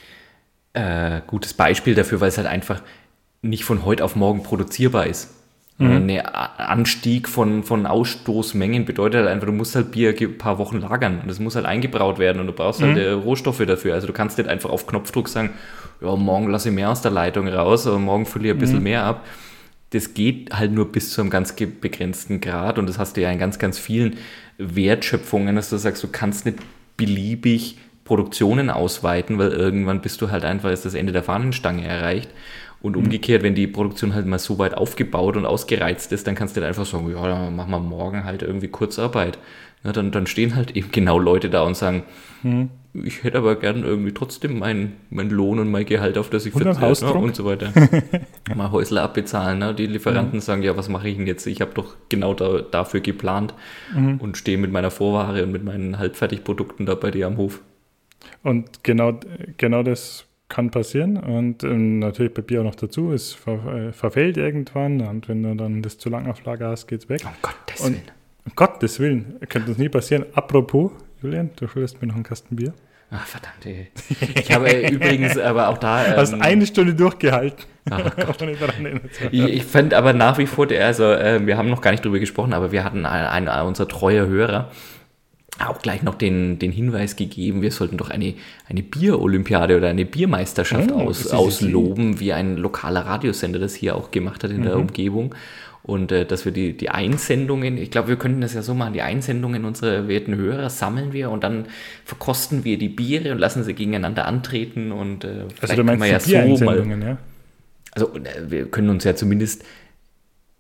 äh, gutes Beispiel dafür, weil es halt einfach nicht von heute auf morgen produzierbar ist. Mhm. Ein Anstieg von, von Ausstoßmengen bedeutet halt einfach, du musst halt Bier ein paar Wochen lagern und das muss halt eingebraut werden und du brauchst halt mhm. Rohstoffe dafür. Also du kannst nicht einfach auf Knopfdruck sagen, ja, morgen lasse ich mehr aus der Leitung raus oder morgen fülle ich ein bisschen mhm. mehr ab. Das geht halt nur bis zu einem ganz begrenzten Grad und das hast du ja in ganz, ganz vielen Wertschöpfungen, dass du sagst, du kannst nicht beliebig Produktionen ausweiten, weil irgendwann bist du halt einfach, ist das Ende der Fahnenstange erreicht. Und umgekehrt, wenn die Produktion halt mal so weit aufgebaut und ausgereizt ist, dann kannst du halt einfach sagen, ja, dann machen wir morgen halt irgendwie Kurzarbeit. Ja, dann, dann stehen halt eben genau Leute da und sagen, hm. ich hätte aber gern irgendwie trotzdem meinen mein Lohn und mein Gehalt, auf das ich verzichte, ne, und so weiter. Mal Häusler abbezahlen. Ne? Die Lieferanten mhm. sagen, ja, was mache ich denn jetzt? Ich habe doch genau da, dafür geplant mhm. und stehe mit meiner Vorware und mit meinen Halbfertigprodukten da bei dir am Hof. Und genau, genau das kann passieren und ähm, natürlich bei Bier auch noch dazu, es ver, äh, verfällt irgendwann und wenn du dann das zu lang auf Lager hast, geht's weg. Um Gottes und, Willen. Um Gottes Willen, könnte das nie passieren. Apropos, Julian, du schuldest mir noch einen Kasten Bier. Ach, verdammt, ey. Ich habe übrigens aber auch da... Ähm, hast eine Stunde durchgehalten. Ach Gott. ich ich fand aber nach wie vor, der, also äh, wir haben noch gar nicht drüber gesprochen, aber wir hatten einen, einen unserer treue Hörer, auch gleich noch den, den Hinweis gegeben, wir sollten doch eine, eine Bier-Olympiade oder eine Biermeisterschaft oh, aus, ausloben, wie ein lokaler Radiosender das hier auch gemacht hat in mhm. der Umgebung. Und äh, dass wir die, die Einsendungen, ich glaube, wir könnten das ja so machen, die Einsendungen unserer werten Hörer sammeln wir und dann verkosten wir die Biere und lassen sie gegeneinander antreten. Und äh, vielleicht also du meinst können wir die ja so mal, ja? Also äh, wir können uns ja zumindest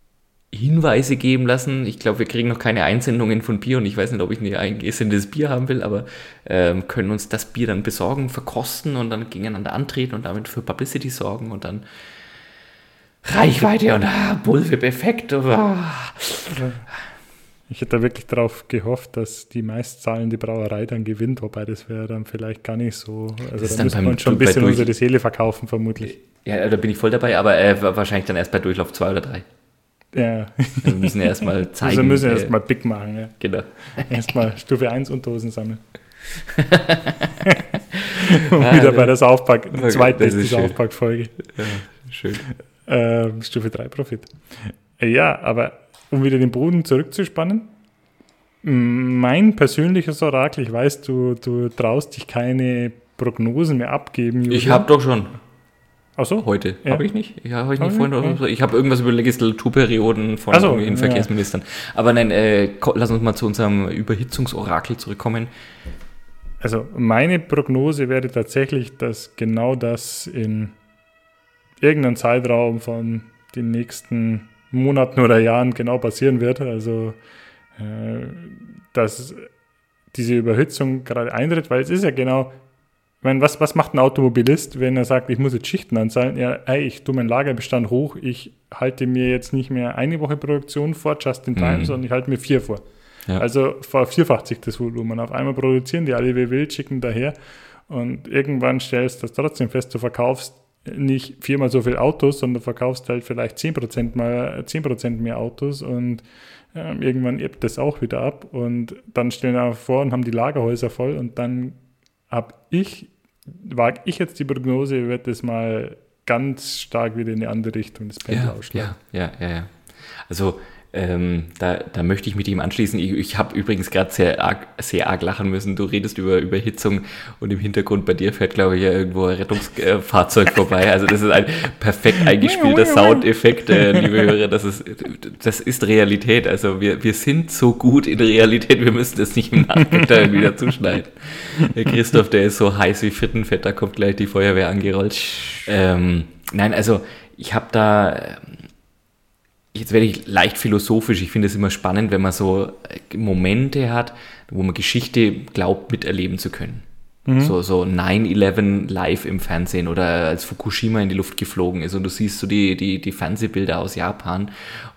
Hinweise geben lassen. Ich glaube, wir kriegen noch keine Einsendungen von Bier und ich weiß nicht, ob ich ein eingesendetes Bier haben will, aber ähm, können uns das Bier dann besorgen, verkosten und dann gegeneinander antreten und damit für Publicity sorgen und dann Reichweite und ah, Bullwhip-Effekt. Oh. Ich hätte da wirklich darauf gehofft, dass die meistzahlende Brauerei dann gewinnt, wobei das wäre dann vielleicht gar nicht so. Also da müssen wir uns schon ein bisschen unsere Seele verkaufen, vermutlich. Ja, da bin ich voll dabei, aber äh, wahrscheinlich dann erst bei Durchlauf zwei oder drei. Ja. Wir müssen ja erstmal zeigen. Wir müssen erstmal äh, big machen, ja. Genau. Erstmal Stufe eins und Dosen sammeln. Und ah, wieder bei der Saufpack, zweitbeste Saufpack-Folge. Ja, schön. Ähm, Stufe drei Profit. Ja, aber um wieder den Boden zurückzuspannen, mein persönliches Orakel, ich weiß, du, du traust dich keine Prognosen mehr abgeben, Julian. Ich habe doch schon. Ach so? Heute. Ja. Habe ich nicht? Ja, habe ich nicht vorhin. Ja. Ich habe irgendwas über Legislaturperioden von so, irgendwelchen ja. Verkehrsministern. Aber nein, äh, lass uns mal zu unserem Überhitzungsorakel zurückkommen. Also meine Prognose wäre tatsächlich, dass genau das in irgendeinem Zeitraum von den nächsten Monaten oder Jahren genau passieren wird. Also äh, dass diese Überhitzung gerade eintritt, weil es ist ja genau, ich meine, was, was macht ein Automobilist, wenn er sagt, ich muss jetzt Schichten anzahlen? Ja, ey, ich tue meinen Lagerbestand hoch, ich halte mir jetzt nicht mehr eine Woche Produktion vor, just in time, mhm. sondern ich halte mir vier vor. Ja. Also vervierfacht sich das Volumen. Auf einmal produzieren die alle wie wild, schicken daher und irgendwann stellst du das trotzdem fest, du verkaufst nicht viermal so viel Autos, sondern verkaufst halt vielleicht zehn Prozent mal zehn Prozent mehr Autos und ähm, irgendwann ebbt das auch wieder ab und dann stellen wir vor und haben die Lagerhäuser voll und dann habe ich, wage ich jetzt die Prognose, wird das mal ganz stark wieder in eine andere Richtung, das Pendel ja, ausschlagen. Ja, ja, ja, ja. Also ähm, da, da möchte ich mit ihm anschließen. Ich, ich habe übrigens gerade sehr arg, sehr arg lachen müssen. Du redest über Überhitzung und im Hintergrund bei dir fährt, glaube ich, ja irgendwo ein Rettungsfahrzeug vorbei. Also das ist ein perfekt eingespielter Soundeffekt, äh, liebe Hörer. Das ist, das ist Realität. Also wir, wir sind so gut in Realität, wir müssen das nicht im Nachhinein wieder zuschneiden. Der Christoph, der ist so heiß wie Frittenfett, da kommt gleich die Feuerwehr angerollt. Ähm, nein, also ich habe da... Jetzt werde ich leicht philosophisch. Ich finde es immer spannend, wenn man so Momente hat, wo man Geschichte glaubt, miterleben zu können. Mhm. So, so nine eleven live im Fernsehen oder als Fukushima in die Luft geflogen ist und du siehst so die, die, die Fernsehbilder aus Japan.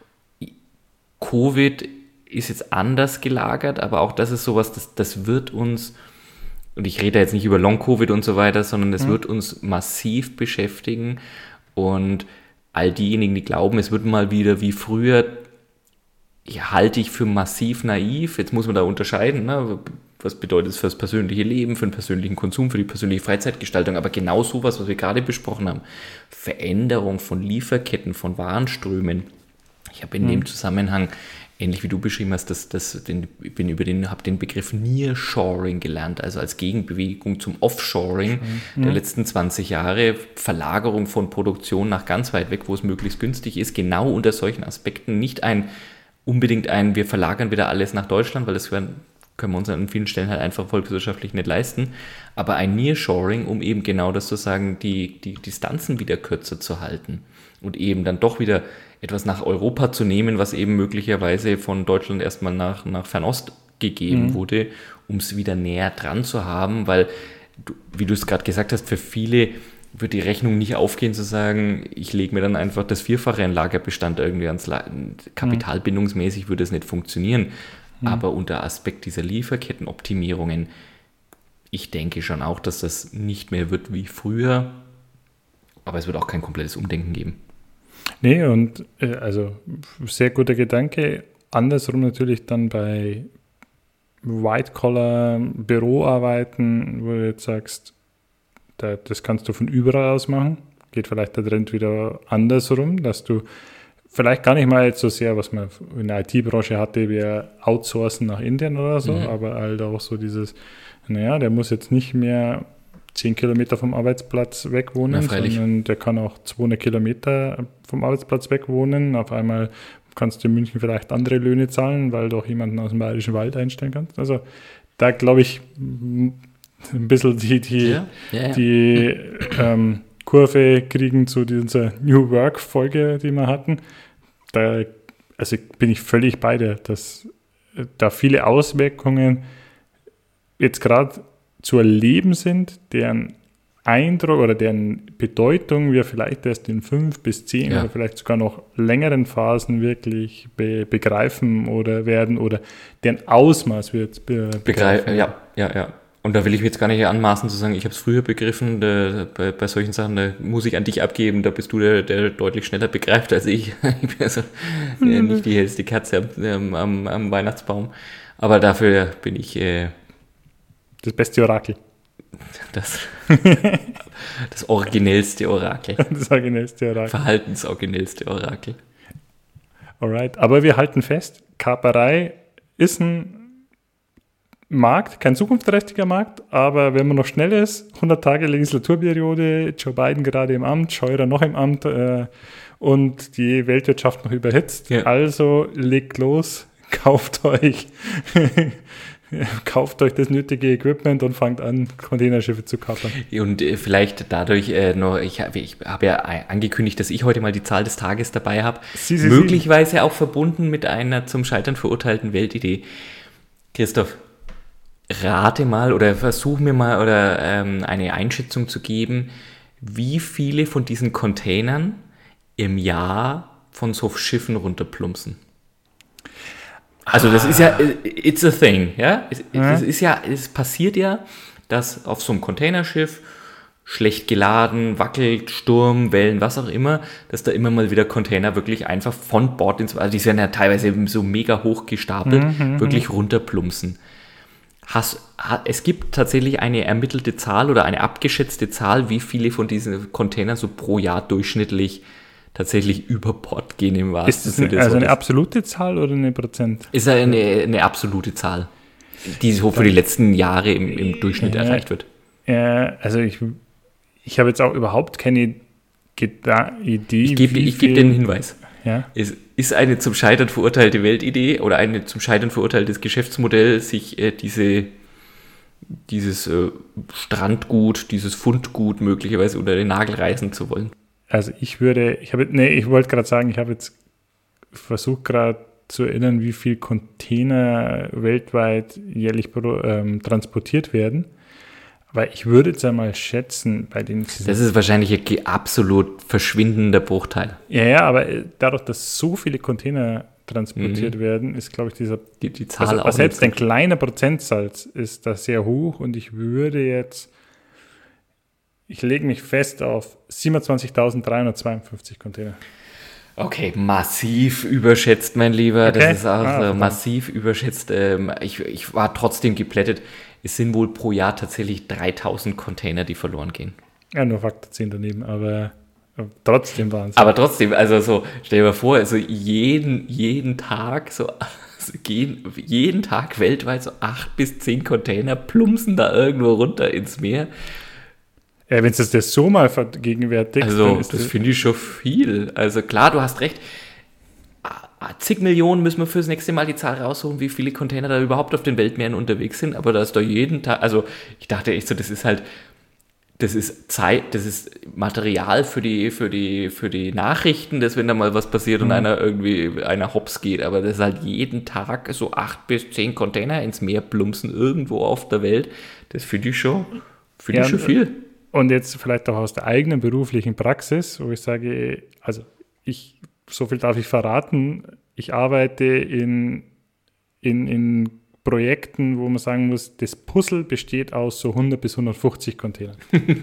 Covid ist jetzt anders gelagert, aber auch das ist sowas, das, das wird uns, und ich rede jetzt nicht über Long-Covid und so weiter, sondern es mhm. wird uns massiv beschäftigen und all diejenigen, die glauben, es wird mal wieder wie früher, ja, halte ich für massiv naiv. Jetzt muss man da unterscheiden, ne? Was bedeutet es für das persönliche Leben, für den persönlichen Konsum, für die persönliche Freizeitgestaltung, aber genau sowas, was wir gerade besprochen haben, Veränderung von Lieferketten, von Warenströmen. Ich habe in mhm. dem Zusammenhang, ähnlich wie du beschrieben hast, dass, dass den, bin über den, habe den Begriff Nearshoring gelernt, also als Gegenbewegung zum Offshoring mhm. der letzten zwanzig Jahre, Verlagerung von Produktion nach ganz weit weg, wo es möglichst günstig ist, genau unter solchen Aspekten, nicht ein unbedingt ein, wir verlagern wieder alles nach Deutschland, weil das können wir uns an vielen Stellen halt einfach volkswirtschaftlich nicht leisten, aber ein Nearshoring, um eben genau das zu sagen, die, die Distanzen wieder kürzer zu halten und eben dann doch wieder etwas nach Europa zu nehmen, was eben möglicherweise von Deutschland erstmal nach, nach Fernost gegeben mhm. wurde, um es wieder näher dran zu haben, weil, du, wie du es gerade gesagt hast, für viele wird die Rechnung nicht aufgehen zu sagen, ich lege mir dann einfach das Vierfache an Lagerbestand irgendwie ans La- Kapitalbindungsmäßig würde es nicht funktionieren, mhm. aber unter Aspekt dieser Lieferkettenoptimierungen, ich denke schon auch, dass das nicht mehr wird wie früher, aber es wird auch kein komplettes Umdenken geben. Nee, und äh, also sehr guter Gedanke. Andersrum natürlich dann bei White-Collar-Büroarbeiten, wo du jetzt sagst, da, das kannst du von überall aus machen. Geht vielleicht der Trend wieder andersrum, dass du vielleicht gar nicht mal jetzt so sehr, was man in der I T-Branche hatte, wir outsourcen nach Indien oder so, mhm. aber halt auch so dieses, naja, der muss jetzt nicht mehr zehn Kilometer vom Arbeitsplatz weg wohnen, ja, sondern der kann auch zweihundert Kilometer vom Arbeitsplatz weg wohnen. Auf einmal kannst du in München vielleicht andere Löhne zahlen, weil du auch jemanden aus dem Bayerischen Wald einstellen kannst. Also da glaube ich ein bisschen die, die, ja, ja, ja. die ähm, Kurve kriegen zu dieser New Work-Folge, die wir hatten. Da also bin ich völlig bei dir, dass da viele Auswirkungen jetzt gerade zu erleben sind, deren Eindruck oder deren Bedeutung wir vielleicht erst in fünf bis zehn ja. oder vielleicht sogar noch längeren Phasen wirklich be- begreifen oder werden oder deren Ausmaß wird be- begreifen. Ja, ja, ja. Und da will ich mir jetzt gar nicht anmaßen zu sagen, ich habe es früher begriffen, da, bei, bei solchen Sachen, da muss ich an dich abgeben, da bist du der, der deutlich schneller begreift als ich. Ich bin also ja, nicht die hellste Kerze am, am, am Weihnachtsbaum, aber dafür bin ich äh, das beste Orakel. Das, das originellste Orakel. Das originellste Orakel. Verhaltensoriginellste Orakel. Alright, aber wir halten fest, Kaperei ist ein Markt, kein zukunftsträchtiger Markt, aber wenn man noch schnell ist, hundert Tage Legislaturperiode, Joe Biden gerade im Amt, Scheurer noch im Amt äh, und die Weltwirtschaft noch überhitzt. Ja. Also legt los, kauft euch kauft euch das nötige Equipment und fangt an, Containerschiffe zu kapern. Und äh, vielleicht dadurch äh, noch, ich habe ich hab ja angekündigt, dass ich heute mal die Zahl des Tages dabei habe, sie, sie, möglicherweise sie. auch verbunden mit einer zum Scheitern verurteilten Weltidee. Christoph, rate mal oder versuch mir mal oder ähm, eine Einschätzung zu geben, wie viele von diesen Containern im Jahr von so Schiffen runterplumpsen. Also das ist ja, it's a thing, ja. Es, es ist ja, es passiert ja, dass auf so einem Containerschiff schlecht geladen, wackelt, Sturm, Wellen, was auch immer, dass da immer mal wieder Container wirklich einfach von Bord ins, also die werden ja teilweise so mega hoch gestapelt, mhm, wirklich runterplumpsen. Hast, es gibt tatsächlich eine ermittelte Zahl oder eine abgeschätzte Zahl, wie viele von diesen Containern so pro Jahr durchschnittlich tatsächlich über Bord gehen im wahrsten Sinne. Ist das eine, also eine absolute Zahl oder eine Prozent? Ist eine, eine absolute Zahl, die so für die letzten Jahre im, im Durchschnitt äh, erreicht wird. Äh, also ich, ich habe jetzt auch überhaupt keine Geda- Idee. Ich gebe geb dir einen Hinweis. Ja? Es ist eine zum Scheitern verurteilte Weltidee oder eine zum Scheitern verurteiltes Geschäftsmodell, sich äh, diese, dieses äh, Strandgut, dieses Fundgut möglicherweise unter den Nagel reißen zu wollen. Also ich würde, ich habe, nee, ich wollte gerade sagen, ich habe jetzt versucht gerade zu erinnern, wie viel Container weltweit jährlich ähm, transportiert werden. Aber ich würde jetzt einmal schätzen, bei den... Das ist wahrscheinlich ein absolut verschwindender Bruchteil. Ja, ja, aber dadurch, dass so viele Container transportiert mhm. werden, ist, glaube ich, dieser... Die, die Zahl also, auch selbst ein kleiner Prozentsatz ist da sehr hoch und ich würde jetzt... Ich lege mich fest auf siebenundzwanzigtausenddreihundertzweiundfünfzig Container. Okay, massiv überschätzt, mein Lieber. Okay. Das ist auch ah, äh, massiv überschätzt. Ähm, ich, ich war trotzdem geplättet. Es sind wohl pro Jahr tatsächlich dreitausend Container, die verloren gehen. Ja, nur Faktor zehn daneben, aber, aber trotzdem waren es. Aber trotzdem, also so, stell dir mal vor, also jeden, jeden Tag so... Gehen jeden Tag weltweit so acht bis zehn Container plumpsen da irgendwo runter ins Meer. Ja, wenn es das so mal vergegenwärtigt. Also, das, das finde ich schon viel. Also, klar, du hast recht. Zig Millionen müssen wir fürs nächste Mal die Zahl raussuchen, wie viele Container da überhaupt auf den Weltmeeren unterwegs sind. Aber da ist doch jeden Tag, also, ich dachte echt so, das ist halt, das ist Zeit, das ist Material für die, für die, für die Nachrichten, dass wenn da mal was passiert mhm. und einer irgendwie, einer hops geht. Aber das ist halt jeden Tag so acht bis zehn Container ins Meer plumpsen irgendwo auf der Welt. Das finde ich schon, finde ja, ich schon viel. Und jetzt vielleicht auch aus der eigenen beruflichen Praxis, wo ich sage, also ich, so viel darf ich verraten, ich arbeite in, in, in Projekten, wo man sagen muss, das Puzzle besteht aus so hundert bis hundertfünfzig Containern.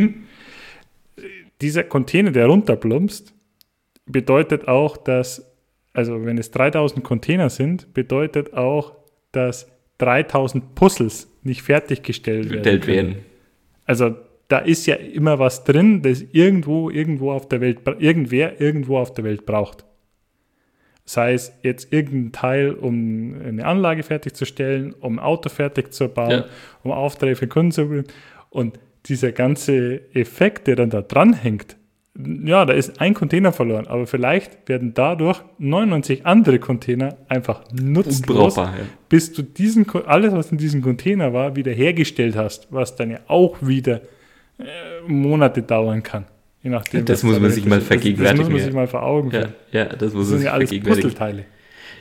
Dieser Container, der runterplumpst, bedeutet auch, dass, also wenn es dreitausend Container sind, bedeutet auch, dass dreitausend Puzzles nicht fertiggestellt werden. werden. Also da ist ja immer was drin, das irgendwo, irgendwo auf der Welt, irgendwer irgendwo auf der Welt braucht. Sei es jetzt irgendein Teil, um eine Anlage fertigzustellen, um ein Auto fertig zu bauen, ja. um Aufträge für Kunden zu bringen. Und dieser ganze Effekt, der dann da dranhängt, ja, da ist ein Container verloren, aber vielleicht werden dadurch neunundneunzig andere Container einfach nutzlos, ja. bis du diesen, alles, was in diesem Container war, wieder hergestellt hast, was dann ja auch wieder Monate dauern kann. Je nachdem, das muss man sich mal vergegenwärtigen. Das muss man sich mal vor Augen führen. Ja, ja, das muss das sind ja alles Puzzleteile.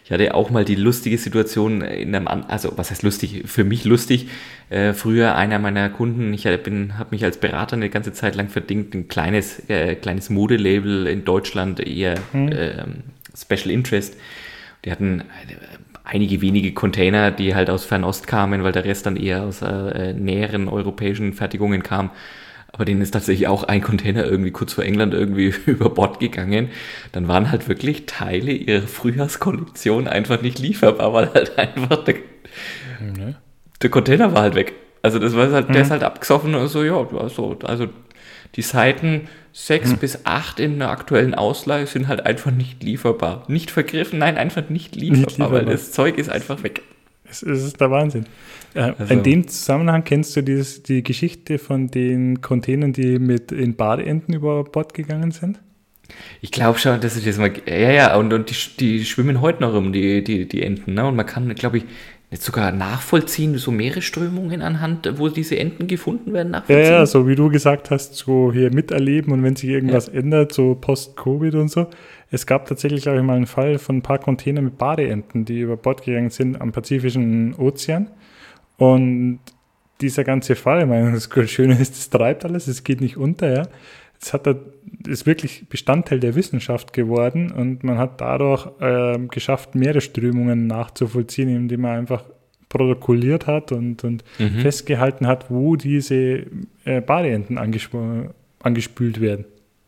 Ich hatte auch mal die lustige Situation in einem, An- also was heißt lustig, für mich lustig, äh, früher einer meiner Kunden, ich bin, habe mich als Berater eine ganze Zeit lang verdingt, ein kleines, äh, kleines Modelabel in Deutschland, eher hm. äh, Special Interest. Die hatten einige wenige Container, die halt aus Fernost kamen, weil der Rest dann eher aus äh, näheren europäischen Fertigungen kam. Aber denen ist tatsächlich auch ein Container irgendwie kurz vor England irgendwie über Bord gegangen. Dann waren halt wirklich Teile ihrer Frühjahrskollektion einfach nicht lieferbar, weil halt einfach der, mhm. der Container war halt weg. Also das war halt, mhm. der ist halt abgesoffen und so, ja, so, also die Seiten sechs mhm. bis acht in der aktuellen Ausleihe sind halt einfach nicht lieferbar. Nicht vergriffen, nein, einfach nicht lieferbar, nicht lieferbar. Weil das Zeug ist einfach weg. Es ist der Wahnsinn. Äh, also, in dem Zusammenhang kennst du dieses, die Geschichte von den Containern, die mit in Badeenten über Bord gegangen sind? Ich glaube schon, dass ich das mal. Ja, ja, und, und die, die schwimmen heute noch rum, die, die, die Enten. Ne? Und man kann, glaube ich, jetzt sogar nachvollziehen, so Meeresströmungen anhand, wo diese Enten gefunden werden, nachvollziehen. Ja, ja, so wie du gesagt hast, so hier miterleben und wenn sich irgendwas ja. ändert, so post-Covid und so. Es gab tatsächlich, glaube ich, mal einen Fall von ein paar Container mit Badeenten, die über Bord gegangen sind am Pazifischen Ozean. Und dieser ganze Fall, ich meine, das Schöne ist, es treibt alles, es geht nicht unter, ja. Es hat da, ist wirklich Bestandteil der Wissenschaft geworden und man hat dadurch äh, geschafft, Meeresströmungen nachzuvollziehen, indem man einfach protokolliert hat und, und mhm. festgehalten hat, wo diese äh, Badeenten angesp- angespült werden.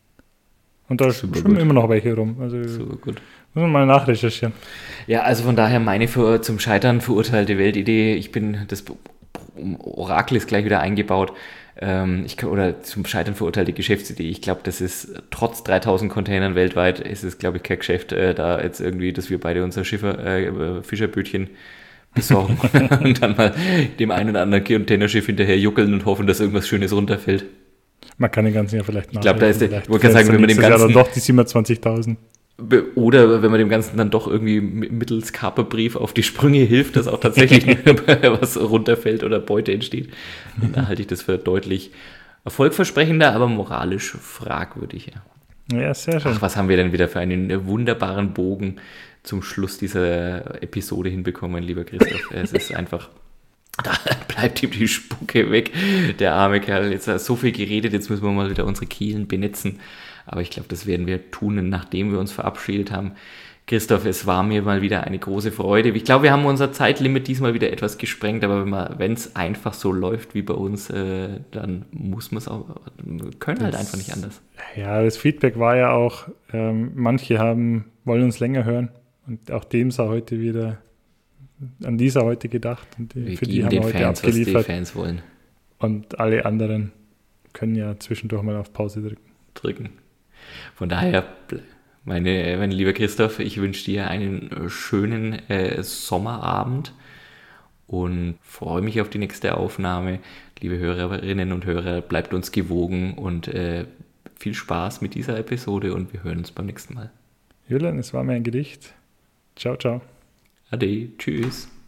Und da Super schwimmen gut. immer noch welche rum. Also Super gut. Muss man mal nachrecherchieren. Ja, also von daher meine für, zum Scheitern verurteilte Weltidee. Ich bin, das Orakel ist gleich wieder eingebaut. Ähm, ich, oder zum Scheitern verurteilte Geschäftsidee. Ich glaube, das ist trotz dreitausend Containern weltweit, ist es, glaube ich, kein Geschäft, äh, da jetzt irgendwie, dass wir beide unser Schiffer, äh, Fischerbötchen besorgen und dann mal dem einen oder anderen Containerschiff hinterher juckeln und hoffen, dass irgendwas Schönes runterfällt. Man kann den ganzen ja vielleicht nachhelfen. Ich glaube, da ist der, ich wollte sagen, wenn man dem Ganzen... Ja, dann doch die siebenundzwanzigtausend. Oder wenn man dem Ganzen dann doch irgendwie mittels Kaperbrief auf die Sprünge hilft, dass auch tatsächlich was runterfällt oder Beute entsteht. Da halte ich das für deutlich erfolgversprechender, aber moralisch fragwürdig. Ja, sehr schön. Ach, was haben wir denn wieder für einen wunderbaren Bogen zum Schluss dieser Episode hinbekommen, lieber Christoph. Es ist einfach... Da bleibt ihm die Spucke weg, der arme Kerl. Jetzt hat er so viel geredet, jetzt müssen wir mal wieder unsere Kielen benetzen. Aber ich glaube, das werden wir tun, nachdem wir uns verabschiedet haben. Christoph, es war mir mal wieder eine große Freude. Ich glaube, wir haben unser Zeitlimit diesmal wieder etwas gesprengt, aber wenn es einfach so läuft wie bei uns, äh, dann muss man es auch, können das, halt einfach nicht anders. Ja, das Feedback war ja auch, ähm, manche haben, wollen uns länger hören und auch dem sei heute wieder... an dieser heute gedacht und die, für die haben wir heute Fans, abgeliefert. Was die Fans wollen. Und alle anderen können ja zwischendurch mal auf Pause drücken. Drücken. Von daher, meine, mein lieber Christoph, ich wünsche dir einen schönen äh, Sommerabend und freue mich auf die nächste Aufnahme. Liebe Hörerinnen und Hörer, bleibt uns gewogen und äh, viel Spaß mit dieser Episode und wir hören uns beim nächsten Mal. Julian, es war mir ein Gedicht. Ciao, ciao. Ade, tschüss.